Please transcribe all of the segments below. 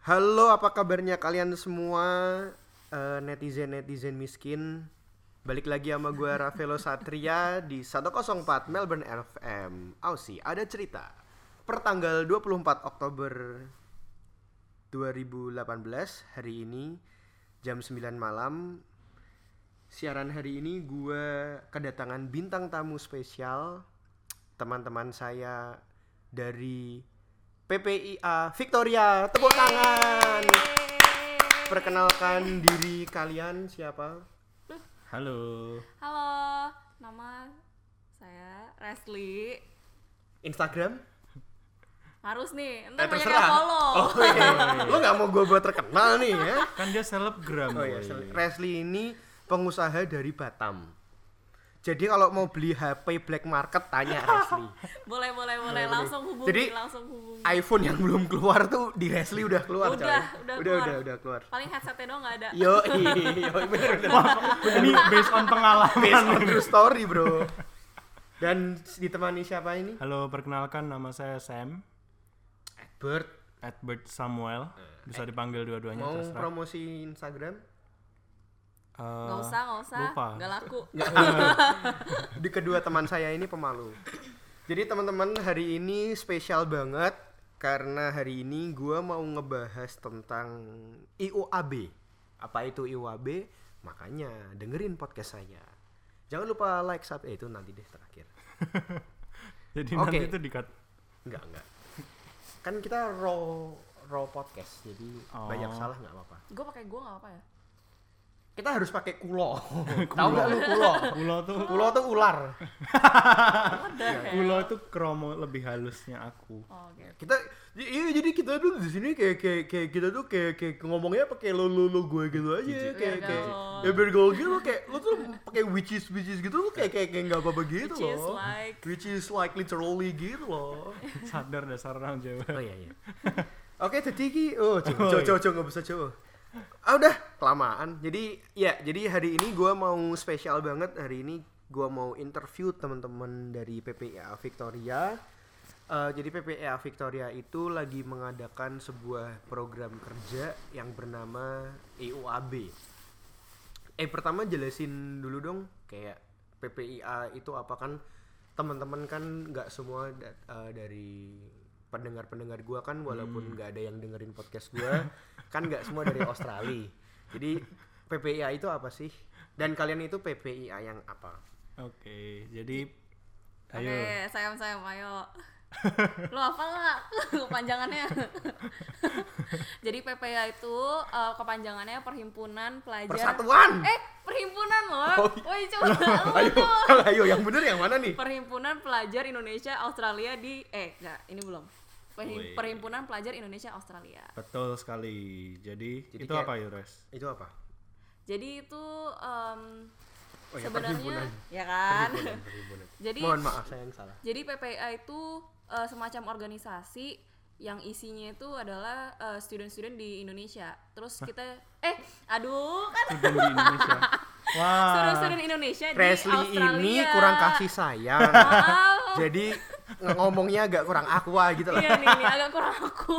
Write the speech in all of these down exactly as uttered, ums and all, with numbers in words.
Halo, apa kabarnya kalian semua uh, netizen-netizen miskin? Balik lagi sama gue Ravelo Satria di seratus empat Melbourne F M. Aussie, ada cerita. Pertanggal dua puluh empat Oktober dua ribu delapan belas, hari ini jam sembilan malam. Siaran hari ini gue kedatangan bintang tamu spesial, teman-teman saya dari P P I A Victoria. Tepuk tangan. Perkenalkan diri kalian, siapa? Halo. Halo, nama saya Resli. Instagram? Harus nih, entar Eh, banyak terserah. yang follow. Oh iya. Lo gak mau gue buat terkenal nih ya? Kan dia selebgram. Oh iya, woy. Resli ini pengusaha dari Batam. Jadi kalau mau beli H P black market tanya Resli. boleh, boleh, boleh, Boleh, langsung boleh. hubungi, Jadi, langsung hubungi. iPhone yang belum keluar tuh di Resli udah keluar. Udah, coy. udah udah, keluar. udah, udah keluar. Paling headsetnya doang nggak ada. Yo, yo, bener bener. Ini based on pengalaman. Based on true story, bro. Dan ditemani siapa ini? Halo, perkenalkan nama saya Sam. Edward. Edward Samuel. Bisa dipanggil dua-duanya. Mau terserah. promosi Instagram? Eh, Nggak usah, nggak usah. Lupa. Nggak laku. Di kedua teman saya ini pemalu. Jadi teman-teman, hari ini spesial banget karena hari ini gue mau ngebahas tentang I U A B. Apa itu I U A B? Makanya dengerin podcast saya. Jangan lupa like, subscribe. Eh, itu nanti deh terakhir. Jadi Oke. nanti itu di-cut. Enggak, enggak. Kan kita raw raw podcast, jadi Oh. banyak salah nggak apa-apa. Gue pakai gue nggak apa ya? Kita harus pakai kulo. Tahu nggak lu kulo? Kulo tuh Kulo tuh ular. Udah. Kulo tuh kromo lebih halusnya aku. Oh, oke. Kita iya jadi kita tuh di sini kayak kayak kayak kita tuh kayak kayak ngomongnya pakai lo lo lo gue gitu aja Jijik. kayak Iya, kayak gaul. ya bergaul gitu kayak lo tuh pakai witches witches gitu lo kayak kayak kayak nggak apa-apa gitu Which is loh. like- Which is like literally gitu loh. Sadar dasar orang Jawa. Oh iya iya. Oke, jadi ki oh coba Oh, coba iya. coba nggak bisa coba. Ah udah kelamaan. Jadi ya jadi hari ini gue mau spesial banget. Hari ini gue mau interview teman-teman dari P P I A Victoria. Eh, jadi P P I A Victoria itu lagi mengadakan sebuah program kerja yang bernama I U A B. Eh pertama jelasin dulu dong kayak P P I A itu apa, kan teman-teman kan nggak semua da- eh, dari pendengar-pendengar gua kan walaupun nggak ada yang dengerin podcast gua kan nggak semua dari Australia. Jadi P P I A itu apa sih? Dan kalian itu P P I A yang apa? Oke, jadi Oke, ayo. sayang sayang, ayo. Lo hafal nggak kepanjangannya? Jadi P P I A itu uh, kepanjangannya Perhimpunan Pelajar. Persatuan. Eh, perhimpunan loh. Oh, Woi, coba. ayo, ayo yang bener yang mana nih? Perhimpunan Pelajar Indonesia Australia di eh enggak, ini belum. Perhim- Wih. Perhimpunan Pelajar Indonesia Australia. Betul sekali. Jadi, Jadi itu kayak- apa Yures? Itu apa? Jadi itu um, Oh ya, sebenarnya perhimpunan. ya kan. Perhimpunan, perhimpunan. Jadi Mohon maaf saya yang salah. Jadi P P I A itu uh, semacam organisasi yang isinya itu adalah uh, student-student di Indonesia. Terus kita eh aduh kan Student di Indonesia. Wah. student-student Indonesia di Presley Australia. ini kurang kasih sayang. Maaf. Jadi ng- ngomongnya agak kurang aqua gitu lah. Iya nih, nih agak kurang aku.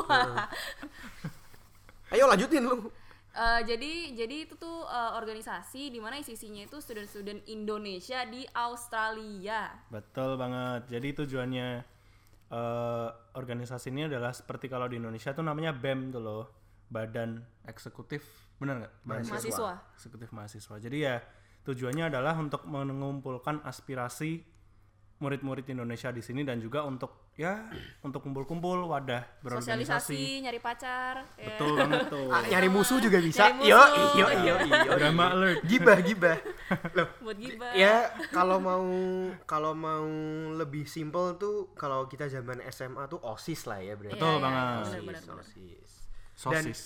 Ayo lanjutin lu. Uh, jadi jadi itu tuh uh, organisasi di mana isi-isinya itu student-student Indonesia di Australia. Betul banget. Jadi tujuannya eh, organisasi ini adalah seperti kalau di Indonesia tuh namanya B E M tuh loh, Badan Eksekutif, benar nggak? Badan Mahasiswa. Eksekutif mahasiswa. Jadi ya tujuannya adalah untuk mengumpulkan aspirasi murid-murid Indonesia di sini dan juga untuk ya untuk kumpul-kumpul, wadah berorganisasi. Sosialisasi, nyari pacar. ya. Betul banget tuh. Ah, nyari musuh juga bisa. Nyari Yo, musuh. iyo, iyo, iyo. Drama alert. Gibah, gibah. Loh, Buat gibah. ya kalau mau kalau mau lebih simple tuh kalau kita zaman S M A tuh OSIS lah ya, berarti. Betul Iya, iya, banget. benar, OSIS, benar, benar. OSIS. Sosis.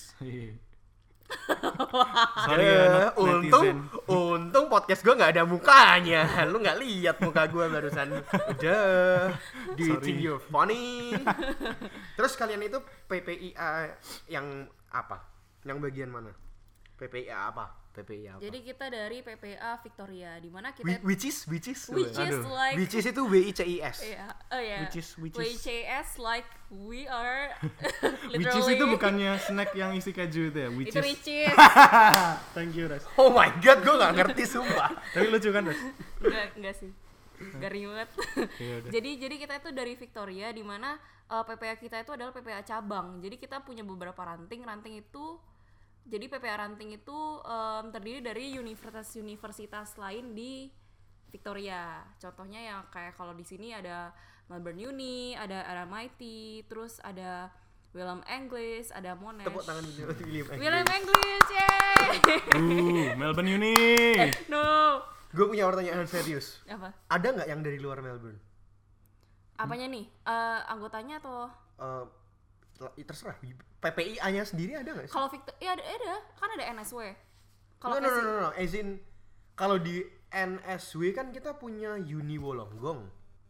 Eh, Sorry ya, not untung, netizen. untung podcast gue nggak ada mukanya. Lu nggak lihat muka gue barusan. Udah, do you Sorry. think you're funny? Terus kalian itu P P I A yang apa? Yang bagian mana? P P I A apa? P P I apa? Jadi kita dari P P A Victoria, di mana kita Whi- which is which is which is Aduh. like which is itu W I C I S. Iya, oh ya. Which is- which W is- C S like we are Which is literally itu bukannya snack yang isi keju itu ya? Which itu is. ricis. Thank you, Res. Oh my god, gue gak ngerti sumpah. Tapi lucu kan, Res? enggak, enggak sih. Garing banget. Iya udah. Jadi jadi kita itu dari Victoria, di mana uh, P P A kita itu adalah P P A cabang. Jadi kita punya beberapa ranting. Ranting itu jadi P P A ranting itu um, terdiri dari universitas-universitas lain di Victoria. Contohnya yang kayak kalau di sini ada Melbourne Uni, ada R M I T, terus ada William English, ada Monash. Tepuk tangan dulu William William English, yay! Uh, Melbourne Uni. No. Gue punya pertanyaan serius. Apa? Ada nggak yang dari luar Melbourne? Apanya nih? Eh, anggotanya atau Eh, ya terserah. P P I A-nya sendiri ada nggak sih? kalau Victor? Ya ada, ada, kan ada N S W. Kalau no, no, no, Pesi- no, no. As in, kalau di N S W kan kita punya Uni Wollongong.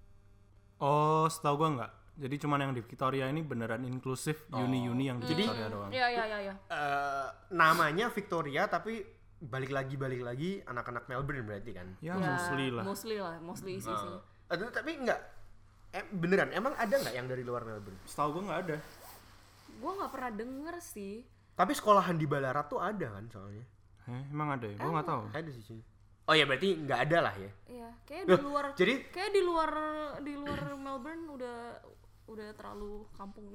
Oh, setahu gua enggak. Jadi cuman yang di Victoria ini beneran inklusif uni-uni yang di Jadi- Victoria doang. Iya iya iya iya. Eh, namanya Victoria tapi balik lagi balik lagi anak-anak Melbourne berarti kan? Ya, mostly lah. Mostly lah, mostly isi isinya. Eh, tapi enggak. Eh, beneran, emang ada nggak yang dari luar Melbourne? Setahu gua enggak ada. Gua nggak pernah denger sih. Tapi sekolahan di Ballarat tuh ada kan soalnya. Eh, emang ada ya? Gua enggak tahu. Ada sih sini. Oh ya berarti nggak ada lah ya. Iya, kayak Loh, di luar jadi- kayak di luar di luar Melbourne udah udah terlalu kampung.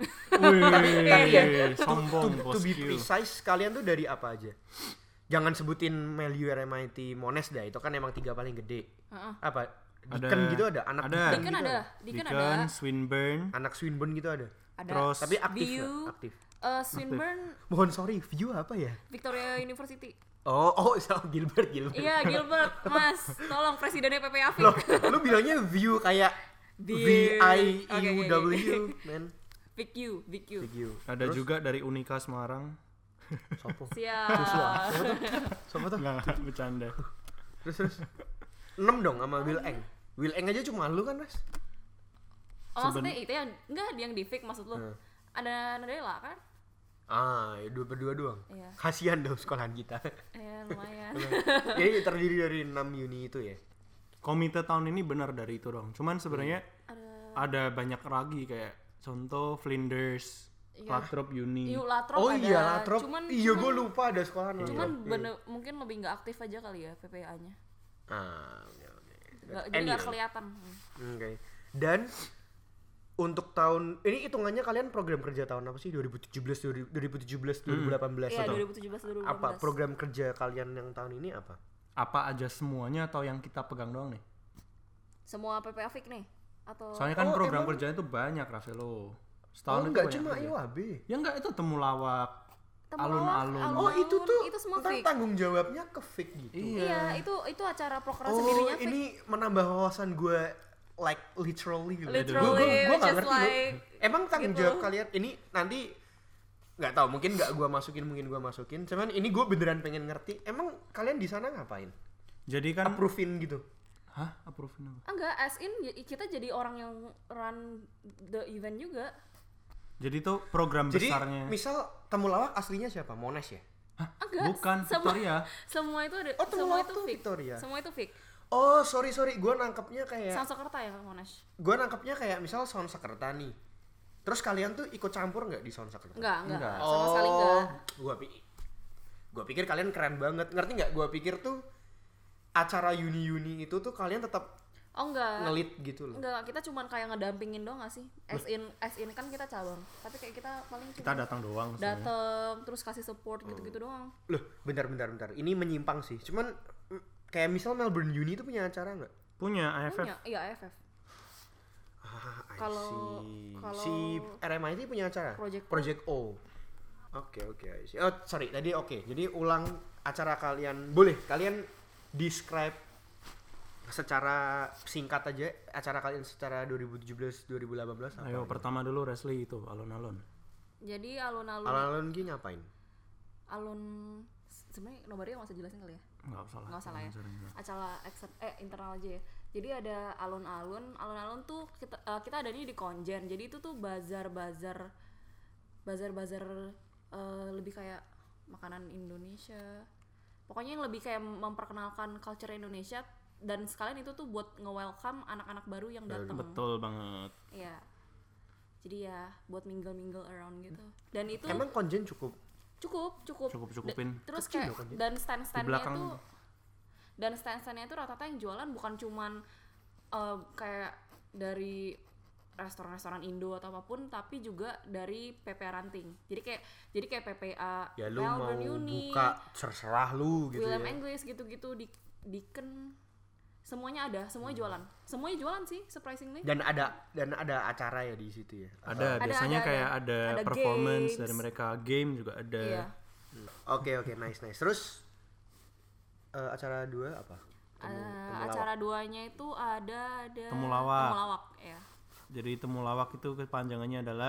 Wih, To, sombong to be bosku. precise, kalian tuh dari apa aja? Jangan sebutin Melu, R M I T, Monash dah. Itu kan emang tiga paling gede. Heeh. Apa? Ada- Deakin gitu ada? Anak ada. Deakin Deakin gitu ada, Deakin ada. Deakin, Swinburne, Anak Swinburne gitu ada? Ada. terus Tapi aktif View. nggak? Aktif. Eh, Swinburne, Mohon sorry, view apa ya? Victoria University. Oh, oh, so, Gilbert, Gilbert. Iya, Gilbert, Mas. Tolong presidennya P P A Vic. Loh, lu bilangnya view kayak V View. I Oke, U oke, W, oke. man. Vic U, Vic U. View. ada juga dari Unika Semarang. Sopo. Siap. Sopo tuh? Enggak, enggak, bercanda. Terus terus. enam dong sama Will Eng. Will Eng aja cuma lu kan, Mas? Oh, maksudnya itu yang enggak yang di Vic maksud lu. Hmm. Ada Nadella kan? Ah, ya dua berdua doang. Iya. Kasihan dong sekolahan kita. Ya lumayan. Jadi terdiri dari enam uni itu ya. Komite tahun ini benar dari itu dong. Cuman sebenarnya Ada ada banyak lagi kayak contoh Flinders, Iya. Latrobe Uni. Yuk Latrop Oh ada. iya, Latrop. Cuman Iya, cuman, gue lupa ada sekolahan cuman Latrop. bener, mungkin lebih nggak aktif aja kali ya P P A-nya. Ah, oke oke. Nggak, jadi nggak Anyway. kelihatan. Oke. Dan untuk tahun ini hitungannya kalian program kerja tahun apa sih? dua ribu tujuh belas, dua ribu tujuh belas, dua ribu delapan belas Iya, atau dua ribu tujuh belas dua ribu delapan apa belas. program kerja kalian yang tahun ini apa? Apa aja semuanya atau yang kita pegang doang nih? Semua P P A Vic nih atau Soalnya kan Oh, program emang? kerjanya tuh banyak, Ravelo. Oh Setahun itu enggak banyak cuma kerja. I W A B. Ya enggak, itu temulawak. Temulawak, alun-alun. alun-alun, Oh itu tuh itu semua ntar Vic. tanggung jawabnya ke Vic gitu. Iya, itu itu acara proker Oh sendirinya Vic. ini menambah wawasan gue like literally. gitu. Literally, Gua- gua- gua nggak just ngerti loh. like Emang tanggung gitu. jawab kalian ini nanti nggak tahu mungkin nggak gue masukin mungkin gue masukin. Cuman ini gue beneran pengen ngerti. Emang kalian di sana ngapain? Jadi kan Approvein gitu. hah, approve apa? Ah, enggak, as in y- kita jadi orang yang run the event juga. Jadi tuh program Jadi besarnya. misal temulawak aslinya siapa? Monash ya? Hah? Enggak, Bukan, semua- Victoria. Semua itu ada Oh, semua temulawak itu tuh Vic. Victoria. Semua itu Vic. Oh sorry sorry, gue nangkepnya kayak Sansekerta ya Monash? gue nangkepnya kayak misal Sound Sakerta nih. Terus kalian tuh ikut campur nggak di Sound Sakerta? Enggak, enggak. Enggak. Sama sekali enggak. Gue pikir, gue pikir kalian keren banget. Ngerti nggak? Gue pikir tuh acara uni-uni itu tuh kalian tetap Oh enggak. ngelit gitu loh. Enggak, kita cuman kayak ngedampingin doang gak sih? As in, as in kan kita cabang. Tapi kayak kita paling Kita cuma datang doang sebenarnya. dateng, terus kasih support gitu-gitu doang. Loh, bentar bentar bentar. Ini menyimpang sih. Cuman mm, kayak misal Melbourne Uni itu punya acara nggak? Punya A F F. Punya, iya A F F. Ah, I Kalau- see. kalau si R M I T punya acara? Project O. Project O. Oke oke. I see. Oh sorry tadi oke. Jadi ulang acara kalian. Boleh kalian describe secara singkat aja acara kalian secara dua ribu tujuh belas dua ribu delapan belas apa? Ayo pertama dulu Resli itu alun-alun. Jadi alun-alun Alun-alun gini ngapain? alun sebenarnya nobody nggak usah jelasin kali ya. Enggak usah lah. Nggak usah lah ya. Sering lah. Acara ekster- eh internal aja ya. Jadi ada alun-alun, alun-alun tuh kita eh, kita adanya di Konjen. Jadi itu tuh bazar-bazar bazar-bazar eh, lebih kayak makanan Indonesia. pokoknya yang lebih kayak memperkenalkan culture Indonesia dan sekalian itu tuh buat nge-welcome anak-anak baru yang datang. Betul banget. Iya. Jadi ya buat mingle-mingle around gitu. Dan itu Emang konjen cukup? cukup, cukup. Cukup-cukupin. Da- terus Kecil kayak loh konjen. dan Di stand-standnya belakang. tuh dan stand-standnya tuh rata-rata yang jualan bukan cuman uh, kayak dari restoran-restoran Indo atau apapun, tapi juga dari P P A Ranting. Jadi kayak jadi kayak P P A Ya lu mau Melbourne Uni, buka terserah lu gitu William ya. English gitu-gitu di Deakin, semuanya ada, semuanya jualan. Semuanya jualan sih surprisingly. Dan ada dan ada acara ya di situ ya. Ada, Ada, biasanya ada, kayak ada. ada, Ada performance games. dari mereka, game juga ada. Iya. Oke oke nice nice. Terus eh, acara dua apa? Temu- Uh, temulawak. acara duanya itu ada ada Temulawak. Temulawak, ya. Jadi temulawak itu kepanjangannya adalah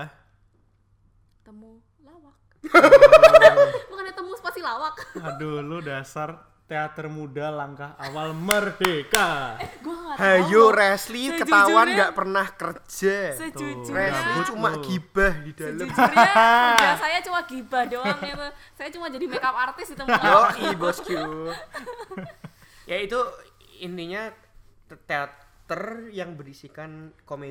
Temu lawak. Bukannya temu spasi lawak. aduh lu dasar teater muda langkah awal merdeka. Gua enggak tahu. Hayo Resli Sejujurnya- ketahuan nggak pernah kerja. Sejujurnya Resli Gabut cuma lu. gibah di dalam. Sejujurnya kerja saya cuma gibah doang gitu. Saya cuma jadi makeup artist di tempat. Yoi bosku. Ya itu intinya te- teater yang berisikan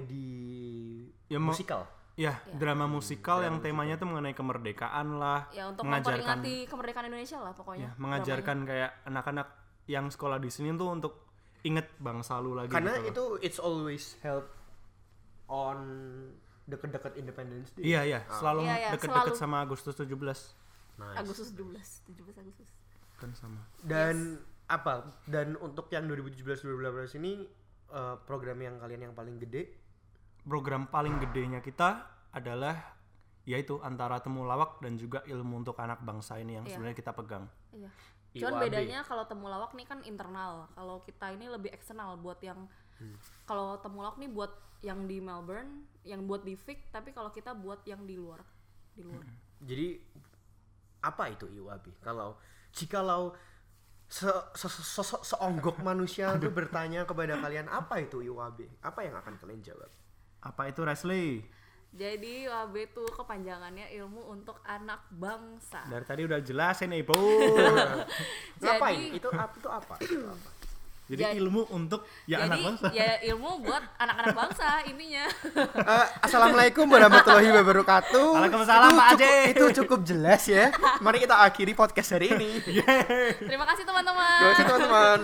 komedi Ya, mau- musikal. Ya, drama musikal yang temanya tuh mengenai kemerdekaan lah, Ya untuk mengajarkan memperingati kemerdekaan Indonesia lah pokoknya. ya, mengajarkan kayak anak-anak yang sekolah di sini tuh untuk inget bangsa lu lagi Karena gitu loh. itu it's always held on deket-deket Independence Day. Iya, iya, selalu Iya, iya, deket-deket selalu. sama Agustus tujuh belas Nice. Agustus tujuh belas, tujuh belas Agustus. kan sama. Dan apa? Dan untuk yang dua ribu tujuh belas dua ribu delapan belas ini eh, program yang kalian yang paling gede Program paling gedenya kita adalah yaitu antara temulawak dan juga ilmu untuk anak bangsa ini yang Iya. sebenarnya kita pegang. Iya. I Cuman O A B. bedanya kalau temulawak nih kan internal. Kalau kita ini lebih eksternal buat yang kalau temulawak nih buat yang di Melbourne, yang buat di Vic, tapi kalau kita buat yang di luar. Di luar. Jadi apa itu I O A B? Kalau jikalau se se se se- seonggok manusia itu bertanya kepada kalian apa itu I O A B? Apa yang akan kalian jawab? Apa itu Resli? Jadi I O A B itu kepanjangannya ilmu untuk anak bangsa. Dari tadi udah jelasin Ibu. Ngapain? Itu apa? Itu apa? Itu apa? Jadi Jadi- ilmu untuk ya Jadi anak bangsa. ya ilmu buat anak-anak bangsa intinya. Eh, Assalamualaikum warahmatullahi wabarakatuh. Waalaikumsalam, Itu Pak cukup- Aje. Itu cukup jelas ya. Mari kita akhiri podcast hari ini. Terima kasih teman-teman. Terima kasih teman-teman.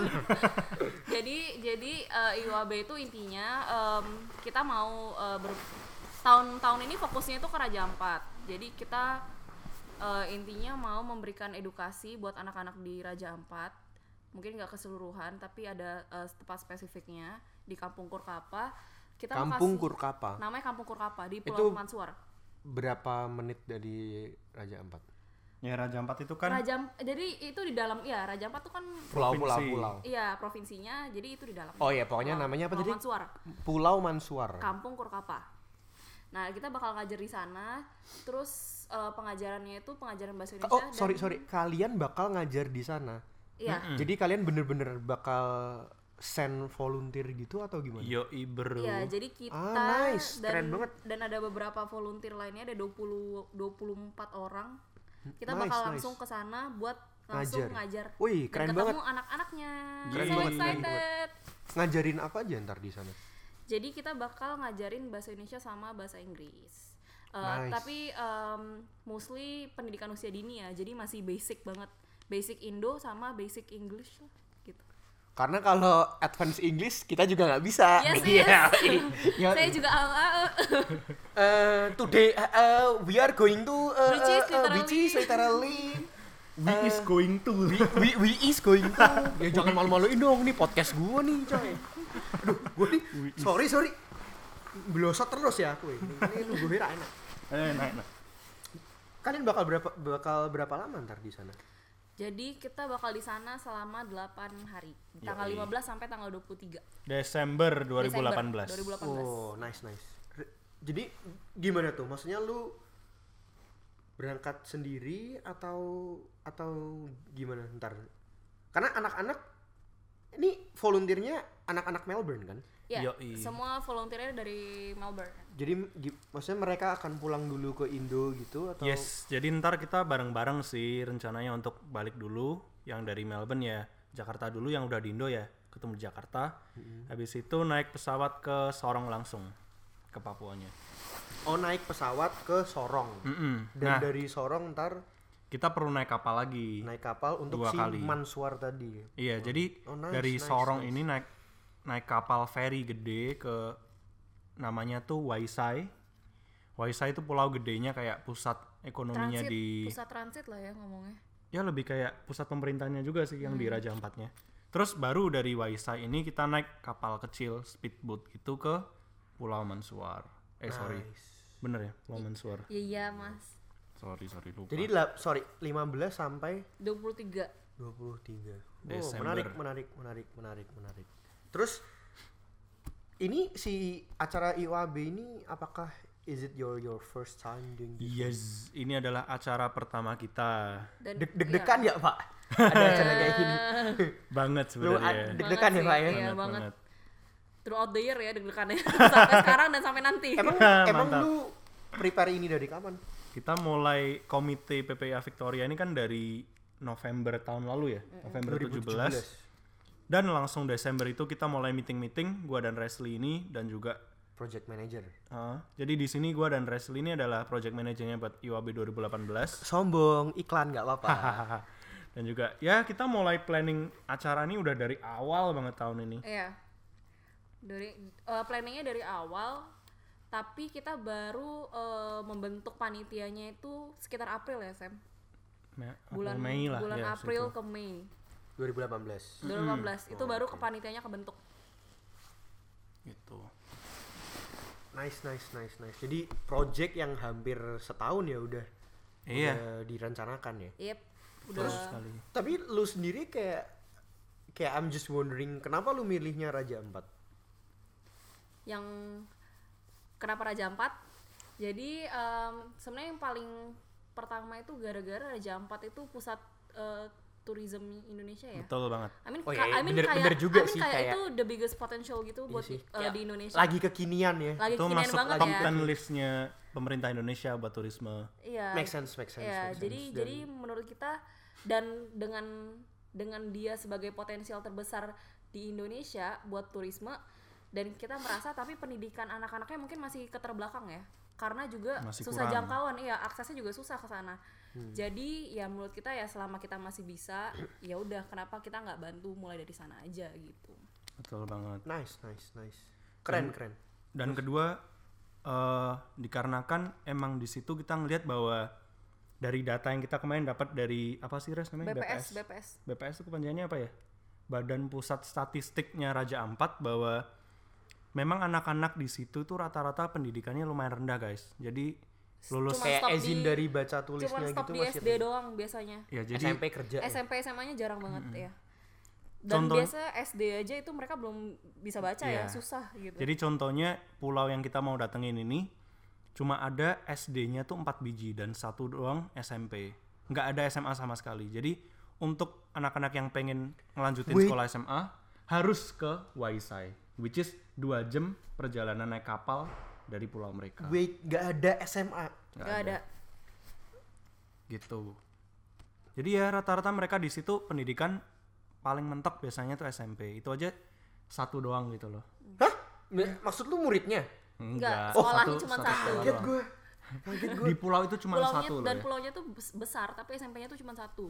jadi jadi uh, I O A B itu intinya em, kita mau uh, ber- tahun-tahun ini fokusnya itu ke Raja Ampat. Jadi kita uh, intinya mau memberikan edukasi buat anak-anak di Raja Ampat. Mungkin nggak keseluruhan, tapi ada uh, tempat spesifiknya di Kampung Kurkapa. Kita mau Kampung kasih- Kurkapa. Namanya Kampung Kurkapa di Itu- Pulau Mansuar. Berapa menit dari Raja Ampat? Ya Raja Ampat itu kan Raja Am- jadi itu di dalam ya Raja Ampat tuh kan Pulau-pulau Provinsi. pulau. iya provinsinya, jadi itu di dalam. Oh iya, pokoknya Pulau- namanya apa Pulau tadi? Mansuar. Pulau Mansuar. Kampung Kurkapa. Nah, kita bakal ngajar di sana. Terus uh, pengajarannya itu pengajaran bahasa Indonesia. Oh, dan- sorry sorry. Kalian bakal ngajar di sana. Iya. Jadi kalian bener-bener bakal send volunteer gitu atau gimana? yoi bro. Iya, jadi kita Ah, nice. dan Keren banget. dan ada beberapa volunteer lainnya, ada dua puluh dua puluh empat orang. Kita Nice, bakal nice. langsung ke sana buat langsung Ngajar. ngajar. Wih, Dan keren ketemu banget. anak-anaknya. Keren So banget, keren excited. Ngajarin apa aja ntar di sana? Jadi kita bakal ngajarin bahasa Indonesia sama bahasa Inggris. Uh, Nice. Tapi um, mostly pendidikan usia dini ya, jadi masih basic banget, basic Indo sama basic English lah, gitu. Karena kalau advance English kita juga nggak bisa. Yes, Iya. yes. Saya juga uh, uh, Eh, today uh, we are going to uh, Which is uh, uh, which is literally- literally We is going to. we, we, we is going to ya jangan malu-maluin dong, nih podcast gua nih coy. Aduh, gua nih sorry sorry belosot terus ya aku ini. Ini lu gue enak. Eh, naik, naik. Kalian bakal berapa bakal berapa lama ntar di sana? Jadi kita bakal di sana selama delapan hari, tanggal Yoi. lima belas sampai tanggal dua puluh tiga Desember dua ribu delapan belas. dua ribu delapan belas. Oh, nice nice. Re- Jadi gimana tuh? Maksudnya lu berangkat sendiri atau atau gimana ntar? Karena anak-anak ini volunteernya anak-anak Melbourne kan? Ya, Yoi. semua volunteernya dari Melbourne. Jadi gi- maksudnya mereka akan pulang dulu ke Indo gitu atau? Yes, jadi ntar kita bareng-bareng sih rencananya untuk balik dulu yang dari Melbourne ya Jakarta dulu, yang udah di Indo ya ketemu di Jakarta. Mm-hmm. Habis itu naik pesawat ke Sorong langsung ke Papuanya. Oh, naik pesawat ke Sorong. Mm-mm. Dan Nah, dari Sorong ntar kita perlu naik kapal lagi. naik kapal untuk Dua si kali. Mansuar tadi. Iya, jadi Oh, nice, dari nice, Sorong nice. ini naik naik kapal feri gede ke namanya tuh Waisai. Waisai itu pulau gedenya kayak pusat ekonominya Transit, di pusat transit lah ya ngomongnya. ya lebih kayak pusat pemerintahnya juga sih yang di Raja Ampatnya. Terus baru dari Waisai ini kita naik kapal kecil speedboat gitu ke Pulau Mansuar. Eh sorry, Nice. bener ya Pulau Mansuar. Iya, iya Mas. Sorry sorry lupa. Jadi la- sorry lima belas sampai dua puluh tiga. dua puluh tiga. Oh, Desember. menarik, menarik, menarik, menarik, menarik. Terus ini si acara I O A B ini apakah is it your your first time doing this? Yes, ini adalah acara pertama kita. Dan Deg- Deg-degan ya, Pak? Ada acara kayak gini. Banget Lu sebenarnya. ad- deg-degan ya, Banget Pak sih, ya? iya. Banget, banget. banget. throughout the year ya deg-degannya sampai sekarang dan sampai nanti. Emang emang Mantap. lu prepare ini dari kapan? Kita mulai komite P P I A Victoria ini kan dari November tahun lalu ya, November tujuh belas. Dan langsung Desember itu kita mulai meeting-meeting, gua dan Resli ini dan juga Project manager. uh, jadi di sini gua dan Resli ini adalah project manajernya buat I O A B dua ribu delapan belas. Sombong, iklan nggak apa-apa. Dan juga ya kita mulai planning acara ini udah dari awal banget tahun ini. Iya. Dari eh, planningnya dari awal, tapi kita baru eh, membentuk panitianya itu sekitar April ya, Sam. Me- Bulan Mei lah bulan ya, April situ. ke Mei dua ribu delapan belas. dua ribu delapan belas itu baru kepanitianya kebentuk. Gitu. Nice, nice, nice, nice. Jadi project yang hampir setahun ya udah. Iya. Udah direncanakan ya. Yep, udah. Terus sekali. Tapi lu sendiri kayak kayak I'm just wondering kenapa lu milihnya Raja Ampat? Yang kenapa Raja Ampat? Jadi em, sebenarnya yang paling pertama itu gara-gara Raja Ampat itu pusat eh, tourism Indonesia ya. Betul banget. I mean, Oh ka- iya, I mean bener- kayak, bener juga I mean sih, kayak kayak- itu the biggest potential gitu buat sih. eh, Kayak di Indonesia. Lagi kekinian ya. Lagi Itu kekinian masuk banget top ya. ten listnya pemerintah Indonesia buat turisme. Iya. Make sense, make sense. Ya, make jadi sense. Dan jadi menurut kita dan dengan dengan dia sebagai potensial terbesar di Indonesia buat turisme, dan kita merasa tapi pendidikan anak-anaknya mungkin masih keterbelakang ya. Karena juga Masih susah kurang. jangkauan, iya aksesnya juga susah ke sana. Jadi ya menurut kita ya selama kita masih bisa, ya udah kenapa kita nggak bantu mulai dari sana aja gitu. Betul banget. nice, nice, nice. Keren, keren. Dan kedua eh dikarenakan emang di situ kita ngelihat bahwa dari data yang kita kemarin dapat dari apa sih Res namanya B P S, B P S. B P S itu kepanjangannya apa ya? Badan Pusat Statistiknya Raja Ampat, bahwa memang anak-anak di situ tuh rata-rata pendidikannya lumayan rendah guys. Jadi lulus Cuma Kayak stop izin di- dari baca Cuman tulisnya stop gitu di masih S D doang biasanya. ya jadi S M P kerja. ya? S M P S M A-nya jarang banget ya. Dan Contoh- biasa S D aja itu mereka belum bisa baca ya, Iya. susah gitu. Jadi contohnya pulau yang kita mau datengin ini cuma ada S D-nya tuh empat biji dan satu doang S M P. Nggak ada S M A sama sekali. Jadi untuk anak-anak yang pengen ngelanjutin Wait. sekolah S M A harus ke Waisai, which is dua jam perjalanan naik kapal dari pulau mereka. Wait, nggak ada S M A. Nggak Gak ada. Gitu. Jadi ya rata-rata mereka di situ pendidikan paling mentok biasanya tuh S M P. Itu aja satu doang gitu loh. Hah? Maksud lu muridnya? Enggak, Oh, sekolahnya satu- cuma satu satu. sekolah Kaget doang. gue. Kaget gue. Di pulau itu cuma Pulaunya satu loh dan ya. pulaunya tuh bes- besar tapi S M P-nya tuh cuma satu.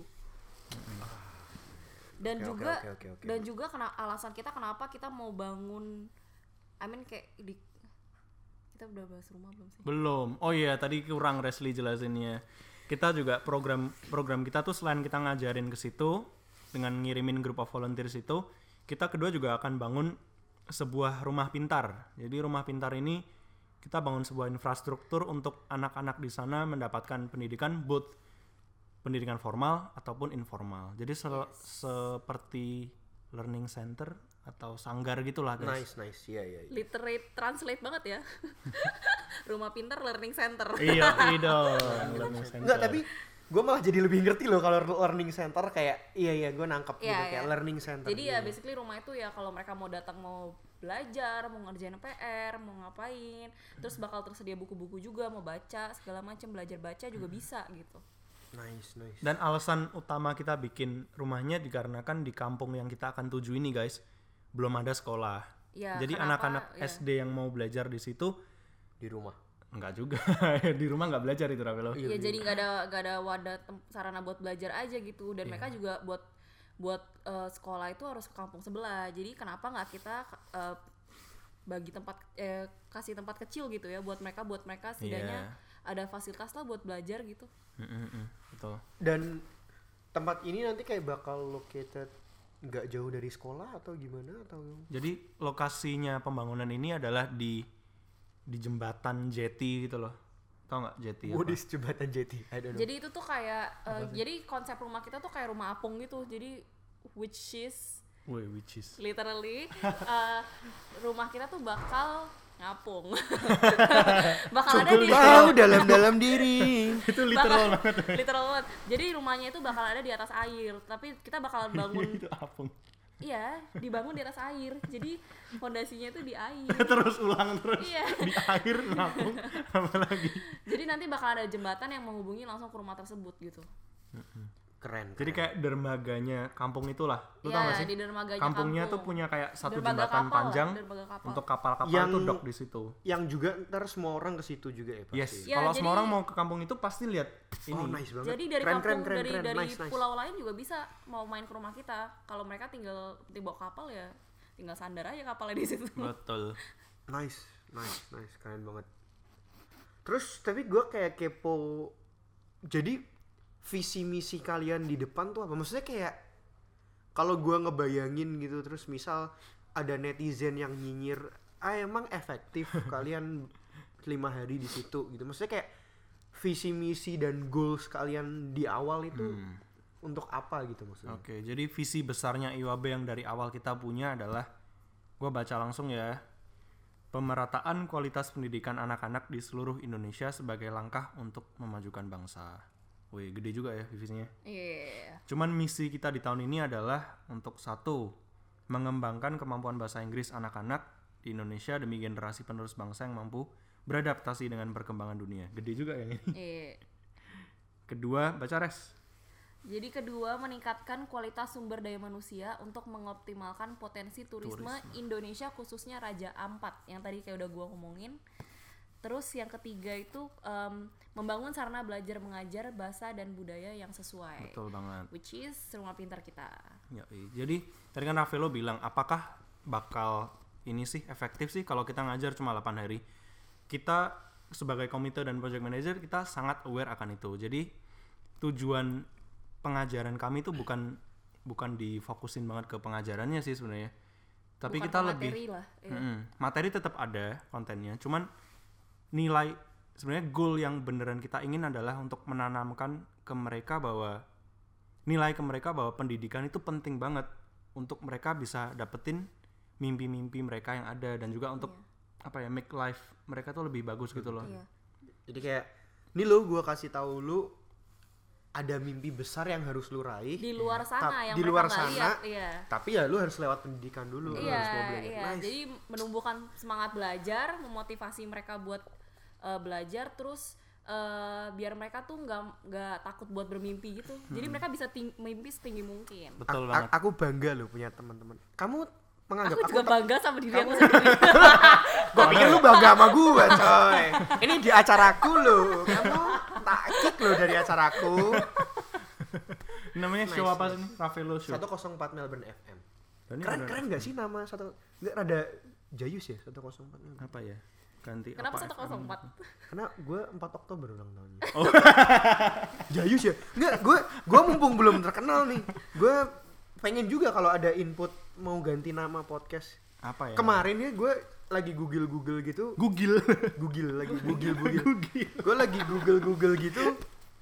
Dan Oke, oke, juga oke, oke, oke. dan juga kena alasan kita kenapa kita mau bangun, I mean kayak di kita udah bahas rumah belum sih? Belum. Oh iya, tadi kurang Resli jelasinnya. Kita juga program program kita tuh selain kita ngajarin ke situ dengan ngirimin group of volunteers itu, kita kedua juga akan bangun sebuah rumah pintar. Jadi rumah pintar ini kita bangun sebuah infrastruktur untuk anak-anak di sana mendapatkan pendidikan both pendidikan formal ataupun informal. Jadi se- seperti learning center atau sanggar gitulah guys. Nice, nice. Iya, iya. iya. Literate translate banget ya. Rumah pintar learning center. Iya, iya learning center. Enggak, tapi gue malah jadi lebih ngerti loh kalau learning center kayak iya iya gue nangkep gitu Iya, kayak iya. learning center. Jadi gitu. ya basically rumah itu ya kalau mereka mau datang mau belajar, mau ngerjain P R, mau ngapain, terus bakal tersedia buku-buku juga, mau baca segala macam, belajar baca juga bisa gitu. Nice, nice. Dan alasan utama kita bikin rumahnya dikarenakan di kampung yang kita akan tuju ini guys belum ada sekolah. Ya, Jadi kenapa? anak-anak Ya. S D yang mau belajar di situ Di rumah. enggak juga. Di rumah enggak belajar itu Ravelo. Ya jadi nggak ada nggak ada wadah tem- sarana buat belajar aja gitu, dan Iya. mereka juga buat buat eh, sekolah itu harus ke kampung sebelah. Jadi kenapa nggak kita eh, bagi tempat eh, kasih tempat kecil gitu ya buat mereka buat mereka setidaknya Iya. ada fasilitas lah buat belajar gitu. Mm-mm-mm, betul. Dan tempat ini nanti kayak bakal located nggak jauh dari sekolah atau gimana atau? Jadi lokasinya pembangunan ini adalah di di jembatan jetty gitu loh. Tau nggak jetty apa? Modis jembatan Jeti. I don't know. Jadi itu tuh kayak eh, jadi konsep rumah kita tuh kayak rumah apung gitu. Jadi which is Wih, which is literally eh, rumah kita tuh bakal ngapung. bakal ada di Wow, dalam-dalam diri. itu literal banget. literal banget. Jadi rumahnya itu bakal ada di atas air, tapi kita bakalan bangun Itu apung. iya, dibangun di atas air. Jadi fondasinya itu di air. Terus ulang terus Iya. di air ngapung apa lagi? Jadi nanti bakal ada jembatan yang menghubungi langsung ke rumah tersebut gitu. Keren. Jadi keren. kayak dermaganya kampung itulah. Lu Iya, tau gak sih? di dermaganya Kampungnya kampung. tuh punya kayak satu Dermaga jembatan kapal lah, panjang dermaga kapal. untuk kapal-kapal Yang- tuh dock di situ. yang juga ntar semua orang ke situ juga ya pasti. Yes. Ya, Kalau jadi- semua orang mau ke kampung itu pasti lihat ini. Oh, nice banget. Jadi dari keren, kampung keren, keren, dari keren. dari Nice, nice. pulau lain juga bisa mau main ke rumah kita. Kalau mereka tinggal dibawa kapal ya tinggal sandar aja kapalnya di situ. Betul. Nice, nice, nice, keren banget. Terus tapi gue kayak kepo. Jadi visi misi kalian di depan tuh apa? Maksudnya kayak kalau gue ngebayangin gitu, terus misal ada netizen yang nyinyir, ah emang efektif kalian lima hari di situ gitu. Maksudnya kayak visi misi dan goals kalian di awal itu untuk apa gitu maksudnya? Oke, jadi visi besarnya I W A B yang dari awal kita punya adalah, gue baca langsung ya, pemerataan kualitas pendidikan anak-anak di seluruh Indonesia sebagai langkah untuk memajukan bangsa. Wih, gede juga ya visinya. Iya. Cuman misi kita di tahun ini adalah untuk satu, mengembangkan kemampuan bahasa Inggris anak-anak di Indonesia demi generasi penerus bangsa yang mampu beradaptasi dengan perkembangan dunia. Gede juga yang ini. Iya. Kedua, baca res. Jadi kedua, meningkatkan kualitas sumber daya manusia untuk mengoptimalkan potensi turisme, Indonesia khususnya Raja Ampat yang tadi kayak udah gua ngomongin. Terus yang ketiga itu em, membangun sarana belajar mengajar bahasa dan budaya yang sesuai. Betul banget. Which is rumah pintar kita. Ya, jadi tadi kan Ravelo bilang, apakah bakal ini sih efektif sih kalau kita ngajar cuma delapan hari? Kita sebagai komite dan project manager kita sangat aware akan itu. Jadi tujuan pengajaran kami itu bukan bukan difokusin banget ke pengajarannya sih sebenarnya. Tapi Bukan kita ke lebih materi lah. Iya. Mm-mm. materi tetap ada kontennya, cuman nilai sebenarnya goal yang beneran kita ingin adalah untuk menanamkan ke mereka bahwa nilai ke mereka bahwa pendidikan itu penting banget untuk mereka bisa dapetin mimpi-mimpi mereka yang ada, dan juga untuk apa ya, make life mereka tuh lebih bagus gitu loh. Iya. Jadi kayak ini lo gue kasih tahu lu ada mimpi besar yang harus lu raih Di luar Tap- sana yang di mereka luar nggak sana, lihat. Iya. tapi ya lu harus lewat pendidikan dulu, lu Iya, harus mau belajar. iya. Nice. Jadi menumbuhkan semangat belajar, memotivasi mereka buat uh, belajar, terus uh, biar mereka tuh nggak nggak takut buat bermimpi gitu. Jadi mereka bisa ting- mimpi setinggi mungkin. Betul A- banget. a- aku bangga lo punya teman-teman. Kamu menganggap Aku aku, juga te- bangga sama diri aku sendiri. Gua pikir lu bangga sama gua, coy. Ini di acaraku lo. Kamu tak kick lo dari acaraku. Namanya show Nice, apa sih ini? Ravelo Show. seratus empat Melbourne F M. Dan ini Keren ada- keren gak sih nama satu? Enggak rada Jayus ya seratus empat Melbourne. apa ya? Ganti Kenapa apa? satu nol empat? Karena gue empat Oktober ulang tahunnya. Oh. Jayus ya? Enggak, gue gue mumpung belum terkenal nih. Gue pengen juga kalau ada input mau ganti nama podcast. Apa ya? Kemarin ya gue lagi Google Google gitu. Google. Google lagi Google Google. Gue lagi Google Google gitu.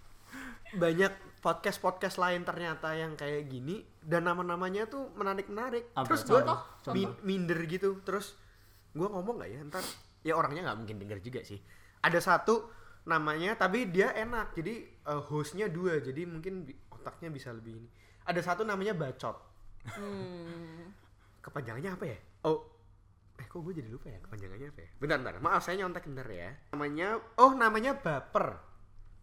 Banyak podcast podcast lain ternyata yang kayak gini dan nama-namanya tuh menarik-menarik. Apa? Terus gue Contoh? mi- minder gitu. Terus gue ngomong nggak ya ntar? Ya orangnya nggak mungkin denger juga sih. Ada satu namanya tapi dia enak. Jadi uh, hostnya dua. Jadi mungkin bi- otaknya bisa lebih ini. Ada satu namanya Bacot. Hmm. Kepanjangannya apa ya? Oh, eh kok gue jadi lupa ya kepanjangannya apa ya? Bentar, bentar. Maaf saya nyontek bentar ya. Namanya, oh namanya Baper.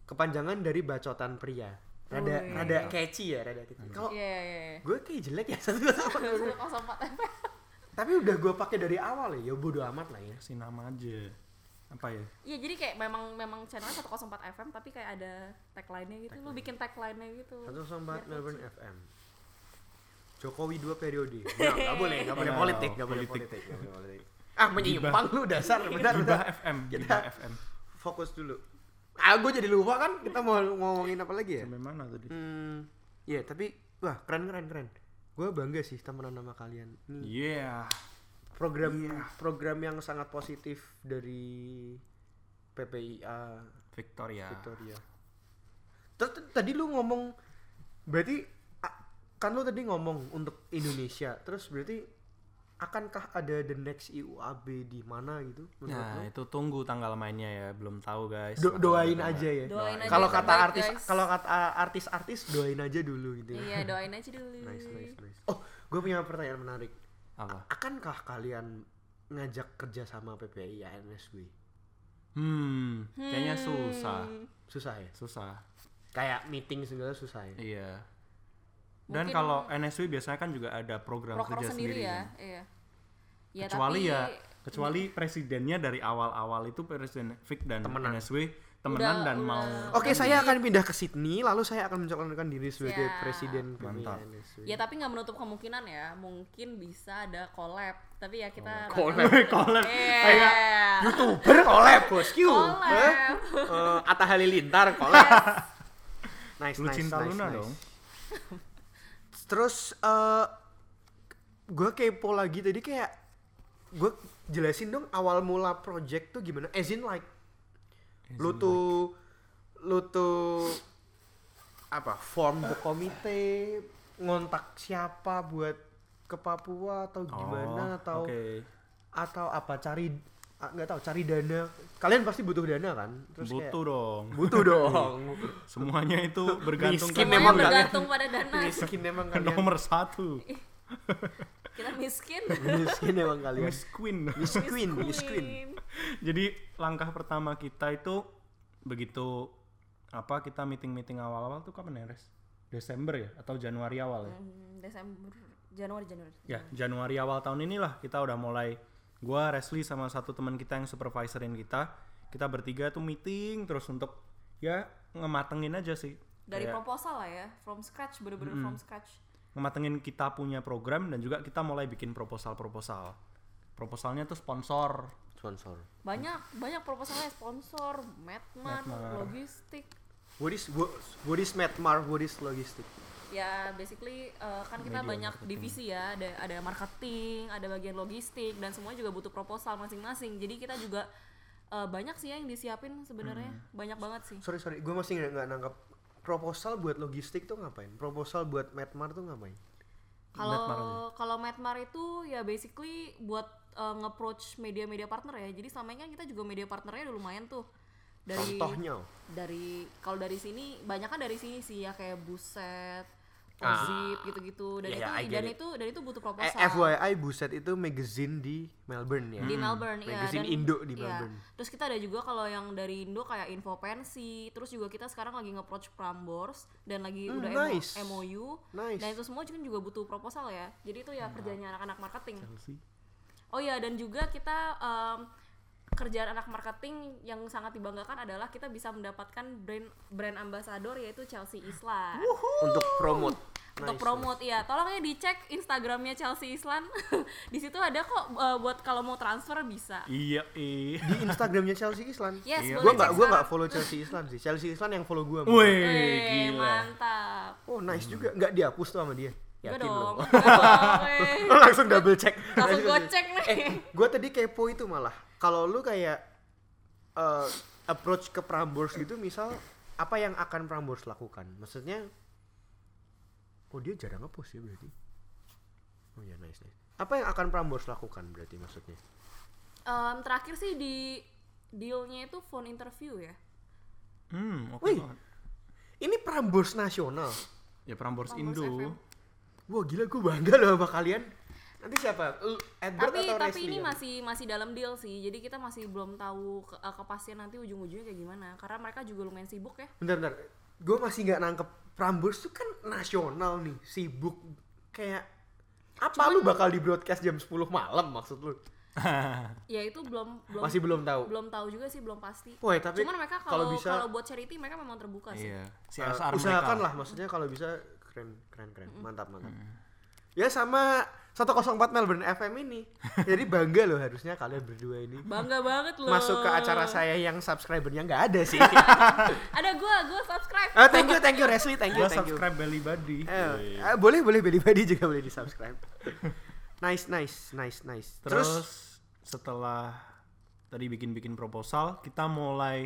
kepanjangan dari bacotan pria. Rada Wih. rada catchy ya, rada catchy. Kalau Iya iya iya. gue kayak jelek ya satu sama. seratus empat F M. Tapi udah gue pakai dari awal ya, ya bodo amat lah ya. Kasih nama aja. Apa ya? Iya jadi kayak memang memang channelnya seratus empat F M tapi kayak ada tagline-nya gitu. Lu bikin tagline-nya gitu. satu sama empat Biar Melbourne catchy. F M. Jokowi dua periode. Nah, enggak boleh, enggak boleh Nah, politik, enggak boleh politik. politik, nggak boleh politik. Ah, menyimpang lu dasar, bentar, Gibah bentar. F M, Kita- Gibah F M. Fokus dulu. Ah, gue jadi lupa kan kita mau ngomongin apa lagi ya? Sampai mana tadi? Hmm, ya tapi wah keren keren keren. Gue bangga sih temenan sama kalian. Ini Iya. program program yang sangat positif dari P P I A Victoria. Victoria. Terus t- tadi lu ngomong berarti a- kan lu tadi ngomong untuk Indonesia. Terus berarti akankah ada the next I U A B di mana gitu menurut Nah, lu? itu tunggu tanggal mainnya ya, belum tahu guys. Do- Bakal doain ada- aja ya. Doain aja Kalau yang kata terbaik, artis guys. kalau kata artis-artis doain aja dulu gitu ya. Iya, doain aja dulu. Nice nice nice. Oh, gue punya pertanyaan menarik. Apa? Akankah kalian ngajak kerja sama P P I A N S W? Hmm, kayaknya susah. Susah ya? Susah. Kayak meeting segala susah ya? Iya. Dan Mungkin- kalau N S W biasanya kan juga ada program Proker kerja sendiri sendiri, ya. kan. Iya. Ya, Kecuali tapi ya, kecuali presidennya dari awal-awal itu Presiden Vic dan Temenan. N S W temenan Udah- dan udah. mau Oke, saya akan pindah ke Sydney, lalu saya akan mencalonkan diri sebagai Siap. presiden P P I A Mantap. N S W. Ya tapi nggak menutup kemungkinan ya, mungkin bisa ada collab. Tapi ya kita Collab. Collab. Kayak YouTuber collab, bosku. collab. Hah? Eh, Atta Halilintar collab. Nice, Lu nice, cinta nice, Luna nice. dong. Terus eh gue kepo lagi tadi kayak gue jelasin dong awal mula project tuh gimana? As in like lu tuh lu tuh apa? Form the komite, ngontak siapa buat ke Papua atau gimana Oh, atau oke. atau apa cari ah, nggak tahu cari dana. Kalian pasti butuh dana kan? Terus kayak- Butuh dong. butuh dong. Semuanya itu bergantung Miskin ke memang Semuanya nggak- bergantung pada dana. Miskin emang kalian. nomor satu. Kita miskin. Miskin emang kalian. Miss Queen. Miss Queen, Miss Queen. Jadi langkah pertama kita itu begitu apa kita meeting-meeting awal-awal tuh kapan ya, Res? Desember ya atau Januari awal ya? Hmm, Desember, Januari, Januari. Ya, Januari awal tahun inilah kita udah mulai, gua Resli sama satu teman kita yang supervisorin kita, kita bertiga tuh meeting terus untuk ya ngematengin aja sih. Dari Kayak proposal lah ya, from scratch, bener-bener from scratch. ngematengin kita punya program dan juga kita mulai bikin proposal-proposal. Proposalnya tuh sponsor. Sponsor. Banyak, banyak proposalnya, sponsor, medmar, Medmar. logistik. What is what, what is Medmar? What is logistik? Ya basically uh, kan kita Media banyak marketing. divisi ya, ada ada marketing, ada bagian logistik dan semua juga butuh proposal masing-masing. Jadi kita juga uh, banyak sih ya yang disiapin sebenarnya, banyak banget sih. Sorry sorry, gue masih nggak nggak nangkap. Proposal buat logistik tuh ngapain? Proposal buat Medmar tuh ngapain? Medmar Kalau kalau Medmar itu ya basically buat uh, nge-approach media-media partner ya. Jadi selama ini kan kita juga media partnernya udah lumayan tuh. Dari Contohnya? dari kalau dari sini banyak kan dari sini sih ya kayak Buset, Ah. Ozip gitu-gitu dan Yeah, yeah, I itu get dan it. itu dan itu butuh Eh, proposal. F Y I Buset itu magazine di Melbourne ya. Di Melbourne ya. Magazine dan- Indo di iya. Melbourne. Terus kita ada juga kalau yang dari Indo kayak Info Pensi. Terus juga kita sekarang lagi nge-approach Prambors dan lagi Hmm, udah nice. M O U. Nice. Dan itu semua juga juga butuh proposal ya. Jadi itu ya kerjanya anak-anak marketing. Chelsea. Oh iya dan juga kita em, kerjaan anak marketing yang sangat dibanggakan adalah kita bisa mendapatkan brand brand ambassador yaitu Chelsea Islan. Untuk promote. Untuk Nice, promote ya, tolong ya dicek Instagramnya Chelsea Islan. Di situ ada kok uh, buat kalau mau transfer bisa. Iya, iya. Di Instagramnya Chelsea Islan. Yes, Iya. boleh Gue nggak cek gue nggak sekarang. follow Chelsea Islan sih. Chelsea Islan yang follow gue. Wih, Wih, gila. mantap. Oh nice juga. Nggak dihapus tuh sama dia. Enggak Yakin dong. lo? Enggak dong. weh. Lo langsung double check. Langsung gue cek nih. Eh, gue tadi kepo itu malah. Kalau lu kayak eh, approach ke Prambors gitu, misal apa yang akan Prambors lakukan? Maksudnya, oh dia jarang ngepost ya berarti. Oh ya nice nice. Apa yang akan Prambors lakukan berarti maksudnya? Em, terakhir sih di dealnya itu phone interview ya. Hmm, oke Wih. banget. Ini Prambors nasional. Ya Prambors Prambors Indo. F M. Wah gila gue bangga loh sama kalian. Nanti siapa? Lu, Edward Tapi atau tapi Leslie ini yang- masih masih dalam deal sih. Jadi kita masih belum tahu ke, uh, kepastian nanti ujung-ujungnya kayak gimana. Karena mereka juga lumayan sibuk ya. Bentar, bentar. Gue masih nggak nangkep. Prambors tuh kan nasional nih, sibuk. Kayak apa lu bakal di broadcast jam sepuluh malam maksud lu? Ya itu belum belum Masih belum tahu. belum tahu juga sih, belum pasti. Woi, tapi Cuman mereka kalau kalau bisa kalau buat charity mereka memang terbuka sih. Iya, C uh, S R usahakan mereka. lah, maksudnya kalau bisa keren keren keren. Mantap, mantap. Ya sama seratus empat Melbourne F M ini. Jadi bangga loh harusnya kalian berdua ini. Bangga banget loh. Masuk ke acara saya yang subscribernya nggak ada sih. Ada gua, gua subscribe. Ah, thank you, thank you Resli, thank you, Gua thank you. subscribe Belly Buddy. Eh, eh, boleh, boleh Belly Buddy juga boleh di subscribe. Nice, nice, nice, nice. Terus, Terus, setelah tadi bikin-bikin proposal, kita mulai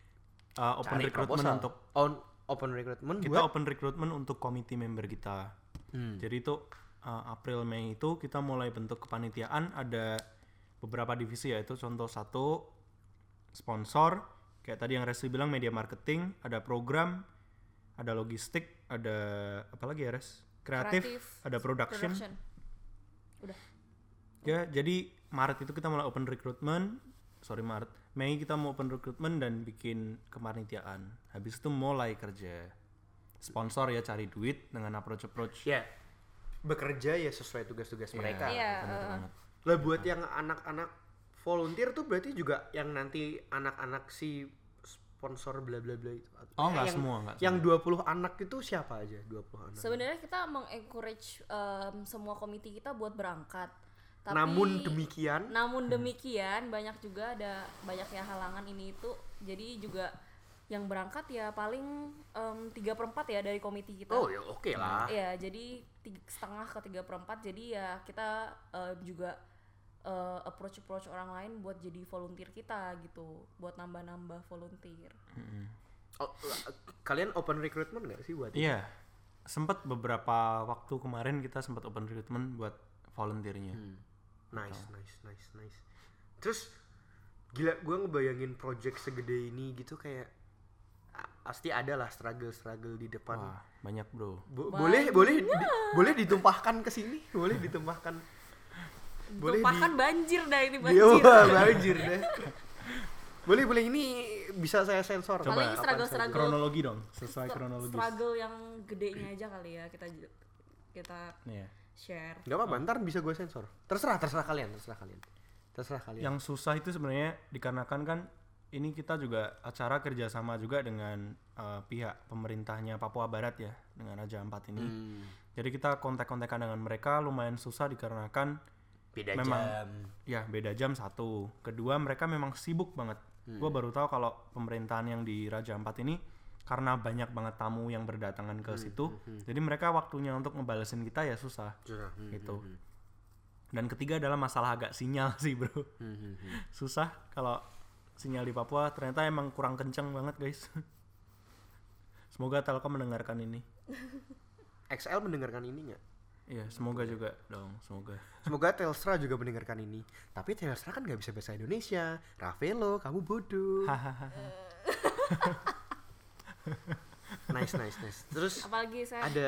uh, open cari recruitment proposal. untuk On, open recruitment kita buat open recruitment untuk committee member kita. Hmm. Jadi itu uh, April Mei itu kita mulai bentuk kepanitiaan, ada beberapa divisi, yaitu contoh satu sponsor, kayak tadi yang Resi bilang media marketing, ada program, ada logistik, ada apa lagi ya Res? Kreatif, Kreatif, ada production. Production. Udah. Ya, jadi Maret itu kita mulai open recruitment. Sorry Maret, Mei kita mau open recruitment dan bikin kepanitiaan. Habis itu mulai kerja. Sponsor ya cari duit dengan approach-approach. ya bekerja ya sesuai tugas-tugas Iya, mereka. Iya, bener uh, banget. Lah buat yang anak-anak volunteer tuh berarti juga yang nanti anak-anak si sponsor bla bla bla itu. Oh, nggak yang, semua, nggak Yang dua puluh anak itu siapa aja? dua puluh anak. sebenarnya kita mengencourage um, semua komite kita buat berangkat. Tapi, Namun demikian, namun demikian banyak juga ada banyak ya halangan ini itu. Jadi juga yang berangkat ya paling um, tiga per empat ya dari komite kita. oh ya oke lah. Iya, jadi tiga, setengah ke tiga per empat. Jadi ya kita uh, juga uh, approach approach orang lain buat jadi volunteer kita gitu, buat nambah-nambah volunteer. Oh, kalian open recruitment nggak sih buat itu? Iya, sempat beberapa waktu kemarin kita sempat open recruitment buat volunteernya. Hmm. Nice, nice, nice, nice. Terus gila, gue ngebayangin project segede ini gitu kayak ah, pasti ada lah struggle-struggle di depan. Wah, banyak bro. Bo- boleh, boleh, di- boleh ditumpahkan ke sini, boleh ditumpahkan. Boleh Tumpahkan banjir dah ini di, banjir. Iya, banjir deh. Boleh, boleh, ini bisa saya sensor. Coba Paling Kapan struggle-struggle. saja. Kronologi dong, sesuai Str- kronologis. Struggle yang gedenya aja kali ya kita j- kita Nih ya. share. Gak apa-apa, ntar bisa gue sensor. Terserah, terserah kalian, terserah kalian. Terserah kalian. Yang susah itu sebenarnya dikarenakan kan ini kita juga acara kerjasama juga dengan uh, pihak pemerintahnya Papua Barat ya, dengan Raja Ampat ini. Hmm, Jadi kita kontak-kontakan dengan mereka lumayan susah dikarenakan beda memang jam. ya beda jam satu. Kedua mereka memang sibuk banget. Hmm. Gue baru tahu kalau pemerintahan yang di Raja Ampat ini karena banyak banget tamu yang berdatangan ke situ, jadi mereka waktunya untuk ngebalesin kita ya susah Susah. Hmm, gitu. hmm, Dan ketiga adalah masalah agak sinyal sih bro. hmm, hmm, hmm. Susah kalau sinyal di Papua ternyata emang kurang kenceng banget guys. Semoga Telkom mendengarkan ini. X L mendengarkan ini nggak? Iya, semoga juga dong, semoga. Semoga Telstra juga mendengarkan ini. Tapi Telstra kan nggak bisa bahasa Indonesia. Ravelo, kamu bodoh. Nice, nice, nice. Terus Apalagi saya ada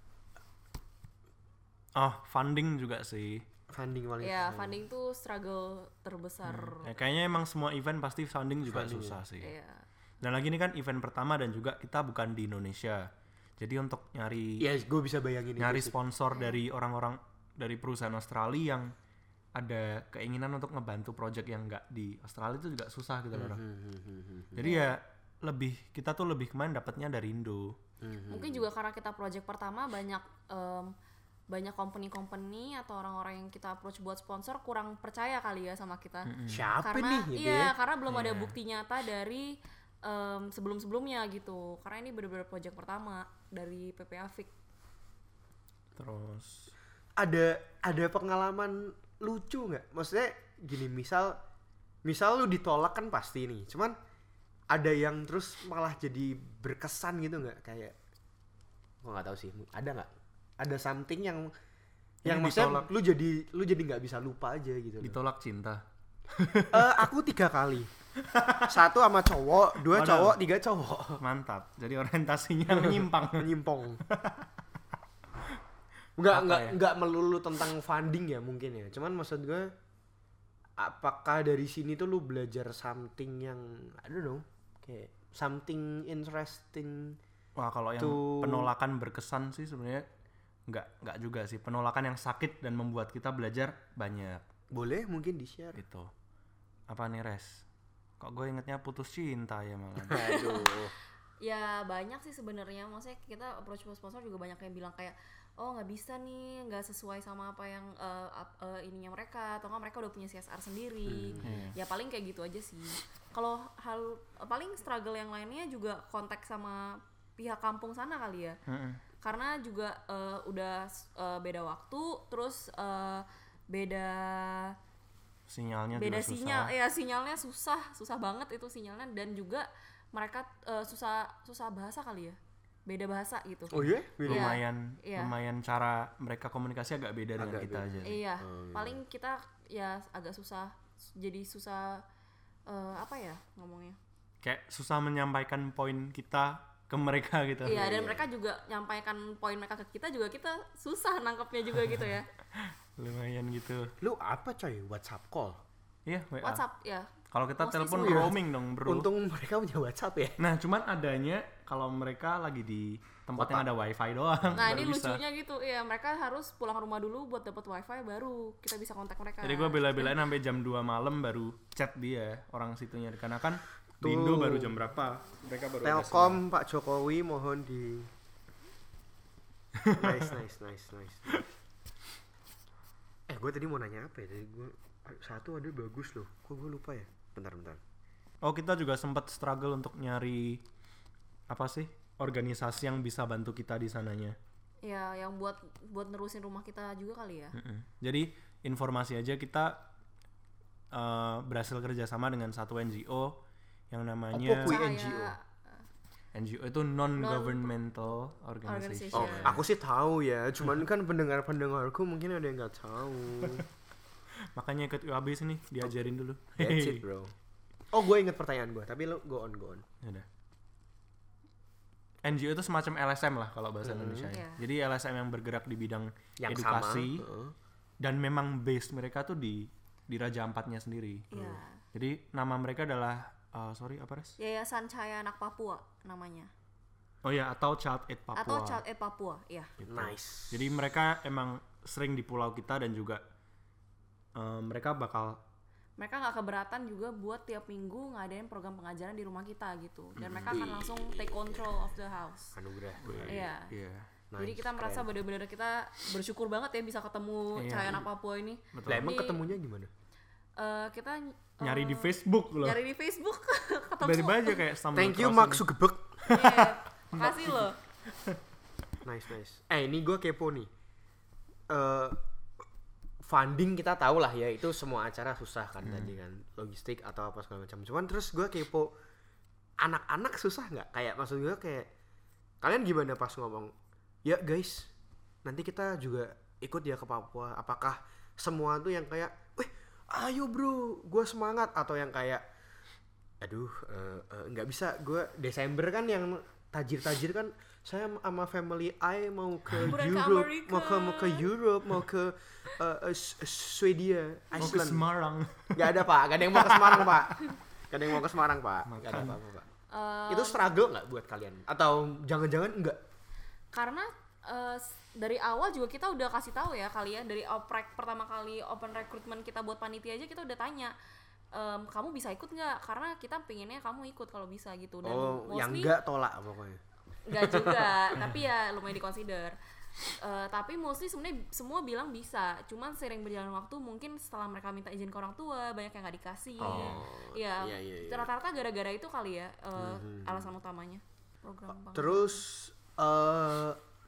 Oh, funding juga sih. funding paling. ya funding tuh struggle terbesar. Ya, kayaknya emang semua event pasti funding juga Funding, susah sih. Iya. Dan lagi ini kan event pertama dan juga kita bukan di Indonesia. Jadi untuk nyari Ya, gue bisa bayangin nyari itu sih. sponsor dari orang-orang dari perusahaan Australia yang ada keinginan untuk ngebantu project yang enggak di Australia itu juga susah gitu loh. Hmm, hmm, hmm, hmm, Jadi ya lebih kita tuh lebih kemarin dapatnya dari Indo. hmm. Mungkin juga karena kita project pertama banyak em, banyak company-company atau orang-orang yang kita approach buat sponsor kurang percaya kali ya sama kita. Siapa Karena nih? Gitu iya, ya? karena belum ada Iya. bukti nyata dari em, sebelum-sebelumnya gitu. Karena ini benar-benar project pertama dari P P A Fik. Terus Ada ada pengalaman lucu nggak? Maksudnya gini, misal misal lu ditolak kan pasti nih. Cuman ada yang terus malah jadi berkesan gitu nggak? Kayak gua nggak tahu sih. Ada nggak? Ada something yang yang Ini maksudnya ditolak. lu jadi lu jadi nggak bisa lupa aja gitu. loh. ditolak cinta. Eh, aku tiga kali. Satu sama cowok, dua Waduh. cowok, tiga cowok. Mantap. Jadi orientasinya menyimpang. Menyimpong. Nggak apa nggak ya? nggak melulu tentang funding ya mungkin ya. Cuman maksud gue, apakah dari sini tuh lu belajar something yang I don't know, kayak something interesting? Wah, kalau yang To- penolakan berkesan sih sebenarnya nggak nggak juga sih. Penolakan yang sakit dan membuat kita belajar banyak Boleh mungkin di share. gitu. Apa nih, Res? Kok gue ingetnya putus cinta ya malah. Aduh. Ya banyak sih sebenarnya, maksudnya kita approach sponsor juga banyak yang bilang kayak oh nggak bisa nih, nggak sesuai sama apa yang uh, up- uh, ininya mereka, atau nggak mereka udah punya C S R sendiri. Iya. Ya paling kayak gitu aja sih. Kalau hal paling struggle yang lainnya juga kontak sama pihak kampung sana kali ya, Mm-mm. karena juga uh, udah uh, beda waktu, terus uh, beda Sinyalnya beda juga sinyal, susah. ya sinyalnya susah, susah banget itu sinyalnya, dan juga mereka uh, susah susah bahasa kali ya, beda bahasa gitu. Oh iya? Beda. Iya. lumayan Iya. lumayan cara mereka komunikasi agak beda dengan Agak kita beda. aja sih. Iya, Oh, iya. paling kita ya agak susah, jadi susah uh, apa ya ngomongnya. Kayak susah menyampaikan poin kita ke mereka gitu. Iya, dan mereka juga nyampaikan poin mereka ke kita juga, kita susah nangkepnya juga gitu ya. Lumayan gitu. Lu apa coy? WhatsApp call? Iya, W A. WhatsApp ya. Kalau kita Mostly telepon semua. roaming dong, Bro. Untung mereka punya WhatsApp ya. Nah, cuman adanya kalau mereka lagi di tempat Kota. yang ada wifi doang. Nah, baru ini bisa. lucunya gitu. Iya, mereka harus pulang rumah dulu buat dapat wifi, baru kita bisa kontak mereka. Jadi gue bela-belain sampai jam dua malam baru chat dia orang situnya, karena kan di Tuh. Indo baru jam berapa? Mereka baru ada Telkom Pak Jokowi mohon di nice nice nice nice. Eh gue tadi mau nanya apa ya? Tadi gue satu ada bagus loh. Kok gue lupa ya? Bentar bentar. Oh, kita juga sempat struggle untuk nyari apa sih organisasi yang bisa bantu kita di sananya. Ya, yang buat buat nerusin rumah kita juga kali ya. Mm-mm. Jadi informasi aja, kita uh, berhasil kerjasama dengan satu N G O yang namanya Apa kui? Cahaya N G O? N G O itu non governmental organization. Oh, Iya. aku sih tahu ya. Cuman kan pendengar-pendengarku mungkin ada yang nggak tahu. Makanya ikut U A B sini diajarin dulu. That's it, bro. Oh, gue inget pertanyaan gue. Tapi lo go on, go on. Yaudah. N G O itu semacam L S M lah kalau bahasa Indonesia. Iya. Jadi L S M yang bergerak di bidang Yang edukasi sama. heeh. dan memang base mereka tuh di di Raja Ampatnya sendiri. Iya. Jadi nama mereka adalah uh, sorry apa res? Yayasan Cahaya Anak Papua namanya. Oh ya, atau Child Aid Papua. Atau Child Aid Papua, ya. Nice. Jadi mereka emang sering di pulau kita dan juga uh, mereka bakal Mereka nggak keberatan juga buat tiap minggu ngadain program pengajaran di rumah kita gitu. Dan mereka akan langsung take control of the house. Anugerah. Iya. iya. Jadi Nice, kita merasa keren. benar-benar kita bersyukur banget ya bisa ketemu Iya. Cahaya Anak Papua ini. Betul. Lah emang Ini- ketemunya gimana? Eh, kita eh, Nyari di Facebook loh. nyari di Facebook ketemu. Tiba-tiba aja kayak Stumble Thank you Crossing. Mark Zuckerberg. Iya, makasih loh. Nice nice. Eh ini gue kepo nih. Eh funding kita tahu lah ya, itu semua acara susah kan tadi kan, logistik atau apa segala macam. Cuman terus gue kepo, anak-anak susah nggak? Kayak maksud gue kayak kalian gimana pas ngomong, ya guys, nanti kita juga ikut ya ke Papua. Apakah semua tuh yang kayak, weh, ayo bro, gue semangat, atau yang kayak, aduh, eh, eh, nggak bisa, gue Desember kan yang tajir-tajir kan, saya sama family I mau ke Liburan ke Europe, Amerika. mau ke mau ke Europe, mau ke eh, eh, S- Swedia, Mau ke Iceland. Semarang. Gak ada pak, gak ada yang mau ke Semarang pak, gak ada yang mau ke Semarang pak, gak ada apa-apa pak. Eh, Itu struggle nggak buat kalian? Atau jangan-jangan enggak? karena eh, s- dari awal juga kita udah kasih tahu ya kalian, dari oprek pertama kali open recruitment kita buat panitia aja kita udah tanya, em, kamu bisa ikut nggak, karena kita pengennya kamu ikut kalau bisa gitu. Dan Oh, yang mostly enggak tolak pokoknya. nggak juga tapi ya lumayan diconsider. Eh, tapi mostly sebenarnya semua bilang bisa, cuman sering berjalan waktu mungkin setelah mereka minta izin ke orang tua banyak yang nggak dikasih. Oh, ya iya, iya, iya. rata-rata gara-gara itu kali ya eh, alasan utamanya program Bang. Terus eh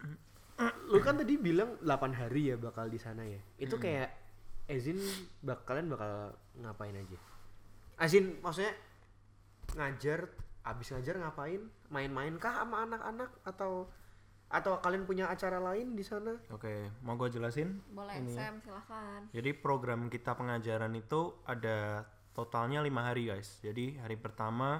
lu kan tadi bilang delapan hari ya bakal di sana ya. Itu kayak Azin bak kalian bakal ngapain aja? Azin maksudnya ngajar, abis ngajar ngapain? Main-main kah sama anak-anak atau atau kalian punya acara lain di sana? Oke, mau gue jelasin? Boleh, Ini. Sam, silahkan. Jadi program kita pengajaran itu ada totalnya lima hari guys. Jadi hari pertama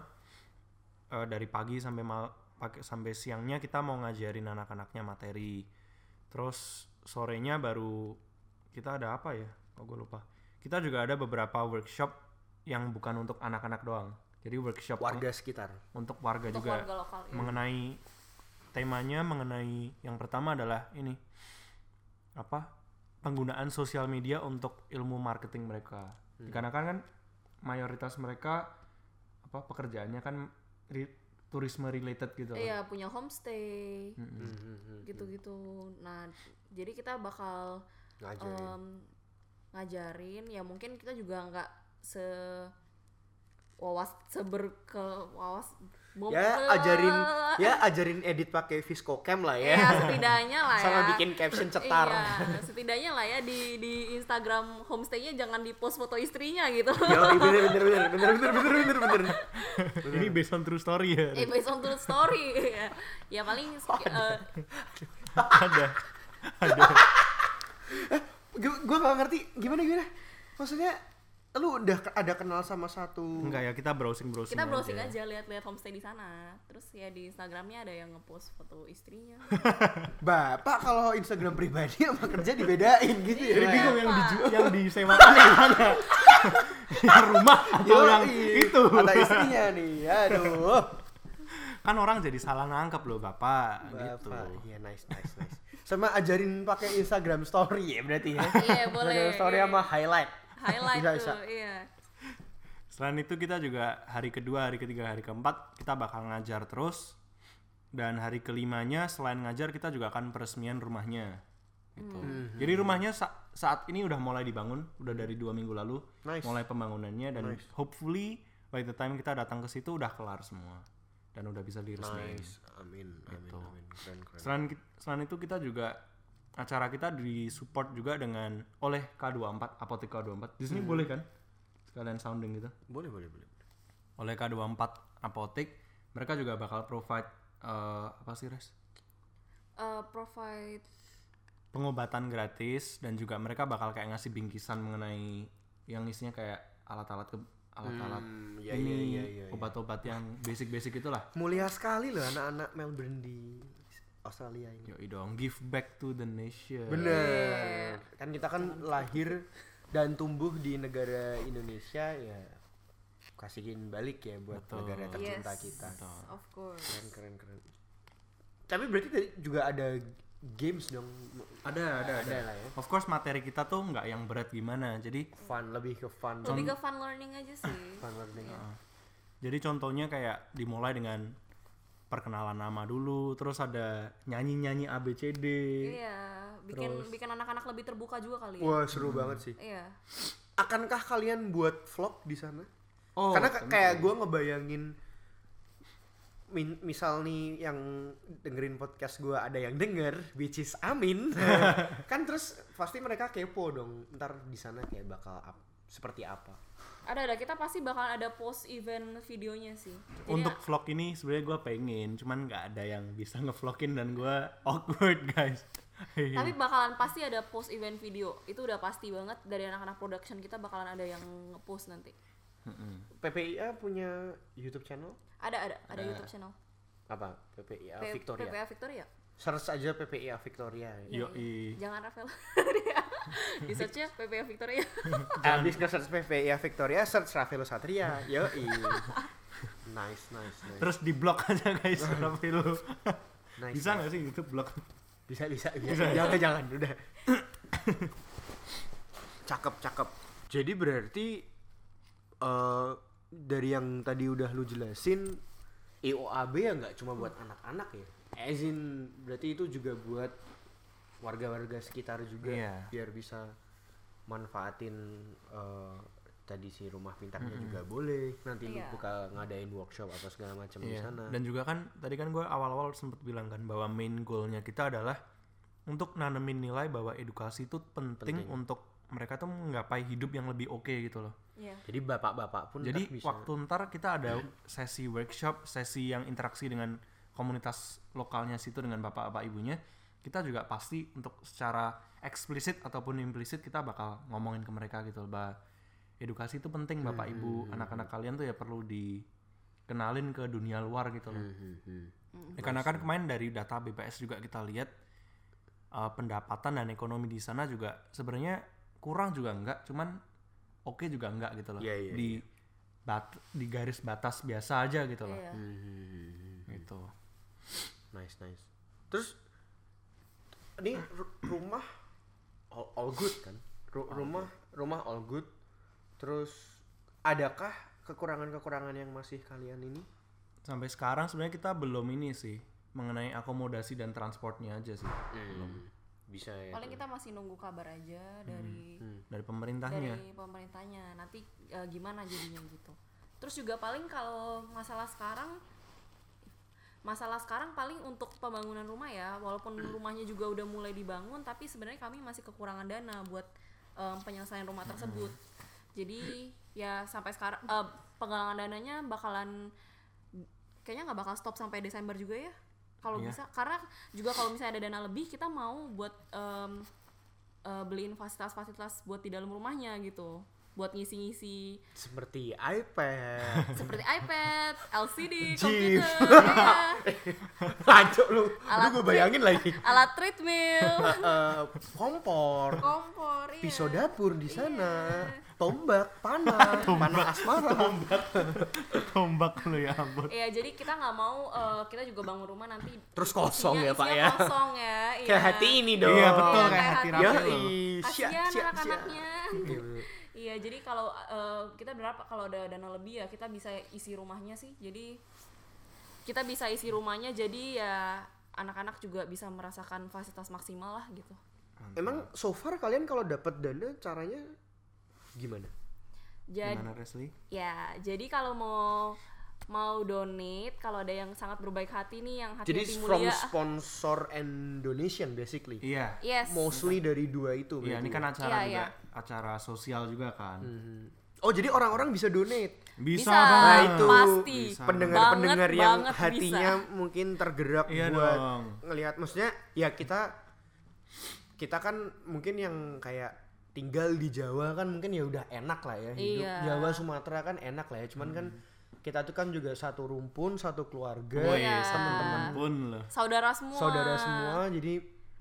eh, dari pagi sampai mal pagi, sampai siangnya kita mau ngajarin anak-anaknya materi. Terus sorenya baru kita ada apa ya? Oh gue lupa. Kita juga ada beberapa workshop yang bukan untuk anak-anak doang. Jadi workshop Warga sekitar. untuk warga Untuk juga warga lokal, ya. mengenai temanya mengenai yang pertama adalah ini apa penggunaan sosial media untuk ilmu marketing mereka. Hmm. Karena kan kan mayoritas mereka apa pekerjaannya kan ri- turisme related gitu. Iya, punya homestay. Mm-mm. Hmm, hmm, hmm. Gitu-gitu. Nah, jadi kita bakal Ngajarin. em, ngajarin ya mungkin kita juga nggak se wawas seberke wawas mau Ya ke- ajarin ya ajarin edit pakai ViscoCam lah ya. ya setidaknya lah ya Sama bikin caption cetar. iya setidaknya lah ya di di Instagram homestay-nya jangan di post foto istrinya gitu. Yo, bener bener bener bener bener bener bener bener. Ini based on true story ya. eh based on true story ya, ya paling eh, ada. Gue gak ngerti gimana gimana. Maksudnya lu udah ke- ada kenal sama satu Enggak ya, kita browsing-browsing kita browsing aja. aja lihat-lihat homestay di sana, terus ya di Instagramnya ada yang ngepost foto istrinya. bapak kalau Instagram pribadi sama kerja dibedain gitu ya. Jadi Iya, bingung yang Pak. dijual yang disewakan yang mana? Yang rumah atau Yoi, yang itu? Kata istrinya nih, aduh. Kan orang jadi salah nangkep loh Bapak, gitu. Bapak, iya nice nice nice. Sama ajarin pakai Instagram story ya berarti ya. Iya, boleh. Instagram story Iya. sama highlight. Highlight Bisa, tuh, bisa. iya. Selain itu kita juga hari kedua, hari ketiga, hari keempat kita bakal ngajar terus. Dan hari kelimanya selain ngajar kita juga akan peresmian rumahnya. Gitu. Hmm. Jadi rumahnya sa- saat ini udah mulai dibangun, udah dari dua minggu lalu Nice. mulai pembangunannya dan Nice. hopefully by the time kita datang ke situ udah kelar semua dan udah bisa diresmiin. Nice. Amin. Amin. Gitu. Amin. Keren keren. Selain ki- selain itu kita juga acara kita disupport juga dengan oleh K dua puluh empat Apotek K dua puluh empat. Di sini boleh kan? Sekalian sounding gitu. Boleh boleh boleh. Oleh K dua puluh empat Apotek, mereka juga bakal provide eh, apa sih, Res? Eh, provide Pengobatan gratis dan juga mereka bakal kayak ngasih bingkisan mengenai yang isinya kayak alat-alat ke alat-alat Hmm, ya, ini ya, ya, ya, ya. obat-obat yang basic-basic itulah. Mulia sekali loh anak-anak Melbourne di Australia ini. Yoi dong, give back to the nation. Bener. Kan kita kan lahir dan tumbuh di negara Indonesia ya kasihin balik ya buat Betul. negara tercinta yes, kita. of course. Keren keren keren. Tapi berarti tadi juga ada games dong. Ada, ada, ada. Ada lah ya. Of course materi kita tuh nggak yang berat gimana. Jadi Fun, lebih ke fun. Lebih ke fun learning aja sih. Fun learning. jadi contohnya kayak dimulai dengan perkenalan nama dulu, terus ada nyanyi-nyanyi A B C D. Iya, bikin Terus- bikin anak-anak lebih terbuka juga kali ya. Wah, seru banget sih. Iya. Akankah kalian buat vlog di sana? Oh, Karena ka- tentu. kayak gue ngebayangin min- misal nih yang dengerin podcast gue ada yang denger, which is Amin, kan terus pasti mereka kepo dong, ntar di sana kayak bakal up, seperti apa? Ada ada kita pasti bakal ada post event videonya sih. Jadi Untuk vlog ini sebenarnya gue pengen, cuman nggak ada yang bisa ngevlogin dan gue awkward guys. tapi bakalan pasti ada post event video. Itu udah pasti banget dari anak-anak production kita bakalan ada yang nge-post nanti. P P I A punya YouTube channel? Ada ada ada YouTube channel. Apa? P P I A P- Victoria. P P A Victoria. Search aja P P I A Victoria. Yo i. Jangan Rafael. Di search-nya P P A Victoria. Abis nge-search P P I A Victoria, search Rafael Satria. Yoi. Nice, nice, nice. Terus di blog aja guys, tapi lu Nice, bisa nice. nggak sih YouTube blog? Bisa, bisa, bisa. Jangan, jangan, udah. Cakep, cakep. Jadi berarti eh dari yang tadi udah lu jelasin, E O A B ya nggak cuma buat anak-anak ya? As in, berarti itu juga buat warga-warga sekitar juga, Iya. biar bisa manfaatin eh, tadi si rumah pintarnya juga boleh. Nanti lu Iya. buka ngadain workshop atau segala macam di Iya. sana. Dan juga kan tadi kan gue awal-awal sempet bilang kan bahwa main goalnya kita adalah untuk nanemin nilai bahwa edukasi itu penting, Penting. untuk mereka tuh menggapai hidup yang lebih oke gitu loh. Iya. Jadi bapak-bapak pun Jadi ntar bisa. waktu ntar kita ada sesi workshop, sesi yang interaksi dengan komunitas lokalnya situ dengan bapak-bapak ibunya, kita juga pasti untuk secara eksplisit ataupun implisit kita bakal ngomongin ke mereka gitu loh, bahwa edukasi itu penting bapak ibu, anak-anak kalian tuh ya perlu dikenalin ke dunia luar gitu loh. Hmm, hmm. Ya, karena kan kemarin dari data B P S juga kita lihat uh, pendapatan dan ekonomi di sana juga sebenarnya kurang juga enggak, cuman oke okay juga enggak gitu loh. Iya, iya, di bat, di garis batas biasa aja gitu loh. Iya. Hmm. Gitu. Nice, nice. Terus ini ru- rumah all, all good kan? Ru- rumah rumah all good. Terus adakah kekurangan-kekurangan yang masih kalian ini? Sampai sekarang sebenarnya kita belum ini sih mengenai akomodasi dan transportnya aja sih. Hmm. Bisa ya. Paling kita masih nunggu kabar aja dari Dari pemerintahnya. dari pemerintahnya nanti eh, gimana jadinya gitu. Terus juga paling kalau masalah sekarang masalah sekarang paling untuk pembangunan rumah ya, walaupun rumahnya juga udah mulai dibangun tapi sebenarnya kami masih kekurangan dana buat um, penyelesaian rumah tersebut. Jadi ya sampai sekarang uh, penggalangan dananya bakalan kayaknya nggak bakal stop sampai Desember juga ya kalau Iya. bisa, karena juga kalau misalnya ada dana lebih kita mau buat um, uh, beliin fasilitas-fasilitas buat di dalam rumahnya gitu, buat ngisi-ngisi Seperti iPad. seperti iPad, L C D, Jeep. komputer, ya. Ngaco lu. Lu Alat gue bayangin lagi. alat treadmill, Eh, kompor, kompor, iya. pisau dapur di sana, tombak, panah, panah asmara. Tombak lu ya ampun. Iya, jadi kita nggak mau uh, kita juga bangun rumah nanti Terus kosong isinya- ya, Pak, isinya ya? kosong ya. Iya. Kayak hati ini dong. Iya betul Iya, kayak kayak hati hati. Raffi Ya, loh. siap, Kasihan siap, siap. anak-anaknya. Iya, bener. Iya, jadi kalau uh, kita berapa kalau ada dana lebih ya kita bisa isi rumahnya sih. Jadi kita bisa isi rumahnya jadi ya anak-anak juga bisa merasakan fasilitas maksimal lah gitu. Emang so far kalian kalau dapat dana caranya gimana? Jadi Gimana Resli? ya, jadi kalau mau mau donate, kalau ada yang sangat berbaik hati nih yang hati Jadi hati from mulia. sponsor and donation basically. Iya. Yes. Mostly dari dua itu. Iya, berarti ini kan ya? acara Iya, juga, iya. acara sosial juga kan. Mhm. Oh, jadi orang-orang bisa donate. Bisa, Bisa. banget. Nah, itu Pasti. Bisa. pendengar-pendengar Banget, yang banget hatinya mungkin tergerak Iya buat dong. ngelihat, maksudnya ya kita kita kan mungkin yang kayak tinggal di Jawa kan mungkin ya udah enak lah ya hidup. Iya. Jawa Sumatera kan enak lah ya, cuman kan kita tuh kan juga satu rumpun, satu keluarga, Woi, Iya. teman-teman pun loh. Saudara semua. saudara semua, jadi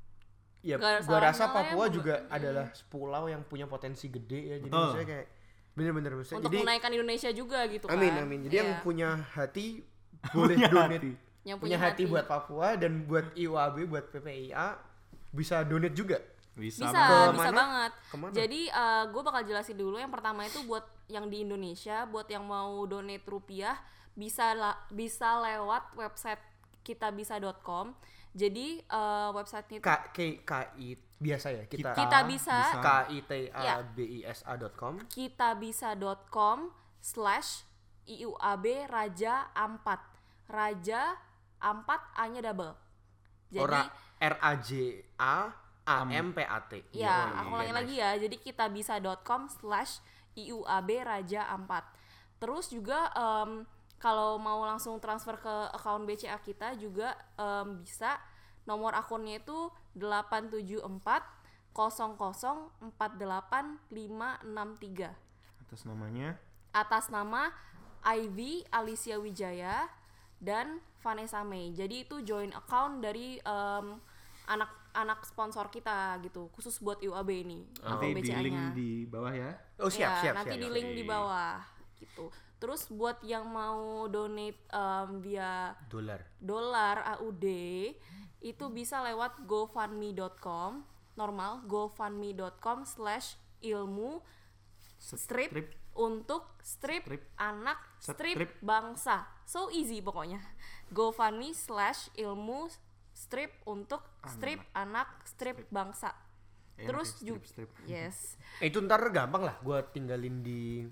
ya Gak gua salah rasa salah Papua ya, juga Bu. adalah pulau yang punya potensi gede ya, jadi Betul. maksudnya kayak bener-bener maksudnya Untuk jadi menaikkan Indonesia juga gitu kan. amin amin, jadi yang Iya. punya hati boleh Punya donate, hati. Yang punya hati buat Papua dan buat I U A B, buat P P I A bisa donate juga. Bisa, bisa banget. bisa Kemana? banget. Kemana? Jadi gue bakal jelasin dulu. Yang pertama itu buat yang di Indonesia, buat yang mau donate rupiah bisa la- bisa lewat website kitabisa dot com. Jadi uh, websitenya itu K K K I biasa ya kita. Kita. kita bisa K I T A Ya. B I S A dot com. kitabisa dot com slash I U A B Raja Ampat. Raja Ampat A-nya double. Jadi Ora R A J A A M P A T. ya, Oh, aku iya, ulangi nice. lagi ya. Jadi kitabisa dot com slash I U A B Raja Ampat. Terus juga em, kalau mau langsung transfer ke account B C A kita juga em, bisa. Nomor akunnya itu delapan tujuh empat nol nol empat delapan lima enam tiga. Atas namanya Atas nama Ivy Alicia Wijaya dan Vanessa May. Jadi itu joint account dari em, anak-anak sponsor kita gitu, khusus buat I U A B ini. nanti akun di link B C A-nya. di bawah ya. Oh siap Ya, siap nanti siap. di siap. link di bawah gitu. Terus buat yang mau donate em, via Dolar. dolar A U D itu bisa lewat gofundme dot com, normal gofundme dot com slash ilmu strip, Strip. untuk strip, Strip. anak strip, Strip. bangsa. So easy pokoknya. GoFundMe slash ilmu strip untuk strip anak strip bangsa. Enak Terus ya, juga strip-strip. yes. Eh, itu ntar gampang lah gue tinggalin di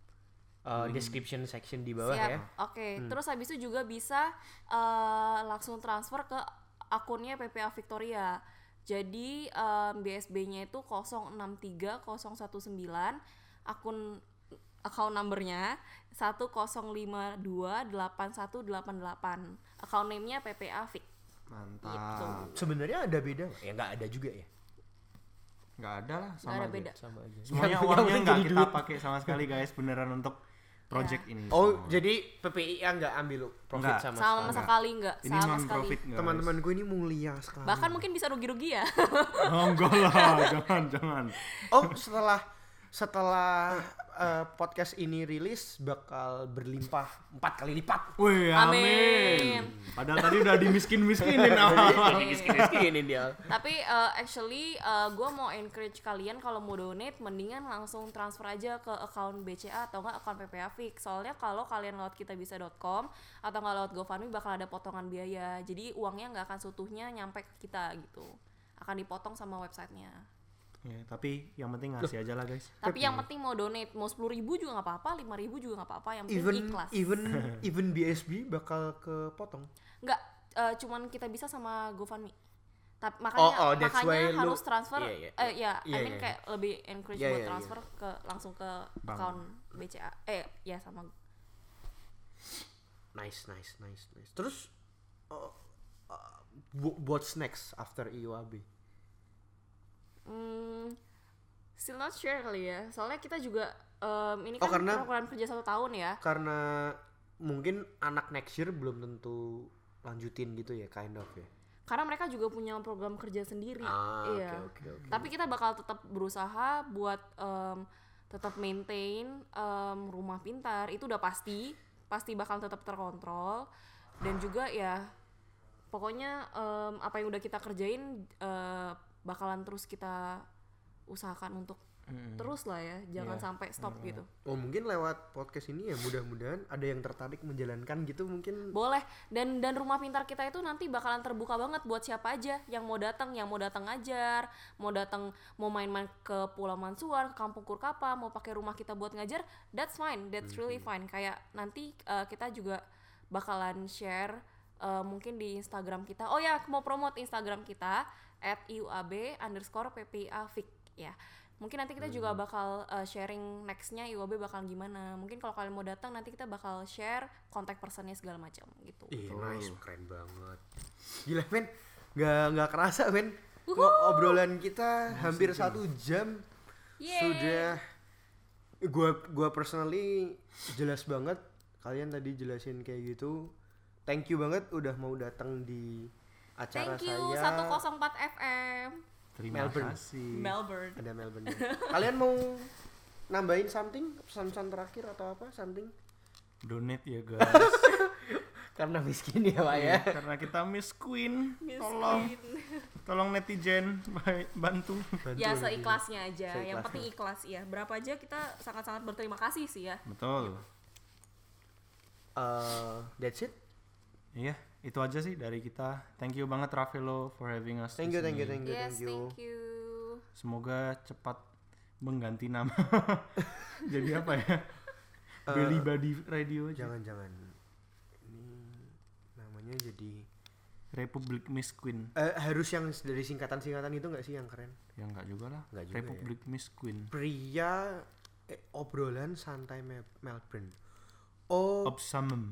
uh, description section di bawah Siap. ya. Oke, terus habis itu juga bisa eh, langsung transfer ke akunnya P P A Victoria. Jadi em, B S B-nya itu nol enam tiga nol satu sembilan, akun account numbernya satu nol lima dua delapan satu delapan delapan. Account name-nya P P A Vic. Mantap. Gitu. Sebenarnya ada beda nggak? Ya nggak ada juga ya. Nggak ada lah, Nggak sama ada aja. beda. Sama aja. Semuanya Yang- uangnya yang nggak jadi kita duit. pakai sama sekali guys, beneran untuk project ini. Oh, semua. jadi P P I A nggak ambil profit Nggak. sama, Sama sekali. sekali enggak, Ini sama non sekali. profit guys. Teman-teman gue ini mulia sekali. Bahkan mungkin bisa rugi-rugi ya. Oh, enggak lah, jangan jangan. Oh, setelah setelah uh, podcast ini rilis bakal berlimpah empat kali lipat. Wih, Amin. amin. Padahal tadi udah dimiskin-miskinin awal. Miskin-miskinin dia. Tapi uh, actually uh, gue mau encourage kalian kalau mau donate mendingan langsung transfer aja ke account B C A atau enggak account P P A Fix. Soalnya kalau kalian lewat kitabisa dot com atau enggak lewat GoFundMe bakal ada potongan biaya. Jadi uangnya nggak akan seutuhnya nyampe ke kita gitu. Akan dipotong sama websitenya. Ya, tapi yang penting ngasih aja lah guys. Tapi yang penting mau donate mau sepuluh ribu juga nggak apa-apa, lima ribu juga nggak apa-apa, yang penting Even ikhlas. even even B S B bakal kepotong. Nggak, uh, cuman kita bisa sama GoFundMe. Tapi makanya Oh, oh, that's why makanya harus lu- transfer, iya, iya, eh ya, iya, I mean iya. kayak lebih encourage Iya, buat iya, transfer ke langsung ke Bank. account B C A, eh ya sama. Nice, nice, nice, nice. Terus uh, uh, bu- what's next after I U A B? Hmm, still not sure kali ya, soalnya kita juga um, ini Oh, kan karena- program kerja satu tahun ya. Karena mungkin anak next year belum tentu lanjutin gitu ya, kind of ya. Karena mereka juga punya program kerja sendiri, Ah, iya. oke, oke, oke. Tapi kita bakal tetap berusaha buat um, tetap maintain um, rumah pintar, itu udah pasti, pasti bakal tetap terkontrol. Dan juga ya, pokoknya um, apa yang udah kita kerjain uh, bakalan terus kita usahakan untuk Mm-mm. terus lah ya, jangan Iya. sampai stop gitu. Oh, mungkin lewat podcast ini ya mudah-mudahan ada yang tertarik menjalankan gitu mungkin. Boleh, dan dan rumah pintar kita itu nanti bakalan terbuka banget buat siapa aja yang mau datang, yang mau datang ngajar, mau datang mau main-main ke Pulau Mansuar, ke Kampung Kurkapa, mau pakai rumah kita buat ngajar, that's fine, that's really fine. Kayak nanti uh, kita juga bakalan share uh, mungkin di Instagram kita. Oh ya, mau promote Instagram kita at iuab underscore ppiafik ya. Mungkin nanti kita juga bakal uh, sharing nextnya I U A B bakal gimana. Mungkin kalau kalian mau datang nanti kita bakal share kontak personnya segala macam gitu. Ih, nice, keren banget. Gila, men. Nggak nggak kerasa, men. Ngo- Obrolan kita hampir satu jam. Yeay. Sudah. Gua gua personally jelas banget. Kalian tadi jelasin kayak gitu. Thank you banget udah mau datang di acara Thank you saya. seratus empat F M Terima Melbourne. kasih. Melbourne. Ada Melbourne. Kalian mau nambahin something? Pesan-pesan terakhir atau apa? Something? Donate ya guys. Karena miskin ya, Pak ya. Karena kita Miss Queen. Miss Tolong, Queen. tolong netizen baik, bantu. Bantu Ya lagi. seikhlasnya aja. Yang Seikhlasnya. penting ikhlas ya. Berapa aja kita sangat-sangat berterima kasih sih ya. Betul. Uh, that's it. Iya, itu aja sih dari kita. Thank you banget Ravelo for having us. Thank di you, thank you, sini. thank you, Yes, thank you. thank you. Semoga cepat mengganti nama. Jadi apa ya? Eh, Belly Body Radio aja. Jangan-jangan ini namanya jadi Republik Miss Queen. eh, harus yang dari singkatan-singkatan itu nggak sih yang keren? Ya enggak juga lah. Nggak juga ya. Republik Miss Queen. Pria eh, obrolan santai Mel- Melbourne. O Opsamem.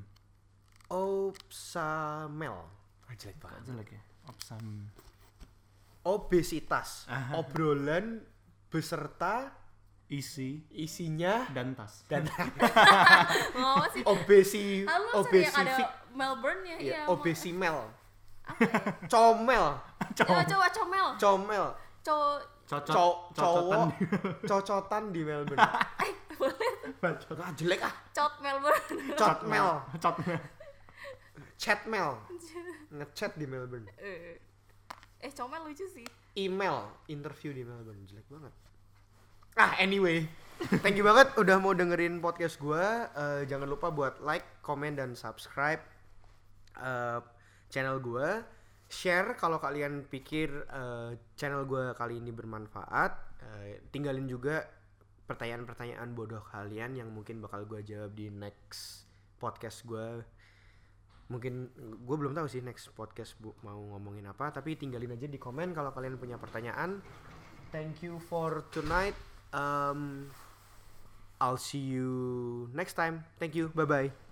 Opsamel. Ah, jelek Kok banget. jelek ya? Opsamem. Obesitas. Obrolan beserta Isi isinya dan tas. dan Mau apa sih? obesi Ah, lu sering yang ada obesifik Melbourne ya? ya, Iya. obesimel. Apa ya? Comel, Ya, coba comel. comel. Co Cocot. Cow- cocotan cowok di- cocotan di Melbourne. eh boleh Bacot. Ah, jelek ah. cot Melbourne. Cotmel, Cotmel. chatmel. Ngechat di Melbourne. Eh, eh comel lucu sih. Email, interview di Melbourne, jelek banget. Ah, anyway. Thank you banget udah mau dengerin podcast gua. Eh, jangan lupa buat like, comment dan subscribe eh, channel gua. Share kalau kalian pikir eh, channel gua kali ini bermanfaat. Eh, tinggalin juga pertanyaan-pertanyaan bodoh kalian yang mungkin bakal gua jawab di next podcast gua. Mungkin gue belum tahu sih next podcast bu mau ngomongin apa, tapi tinggalin aja di komen kalau kalian punya pertanyaan. Thank you for tonight. Um, I'll see you next time. Thank you. Bye bye.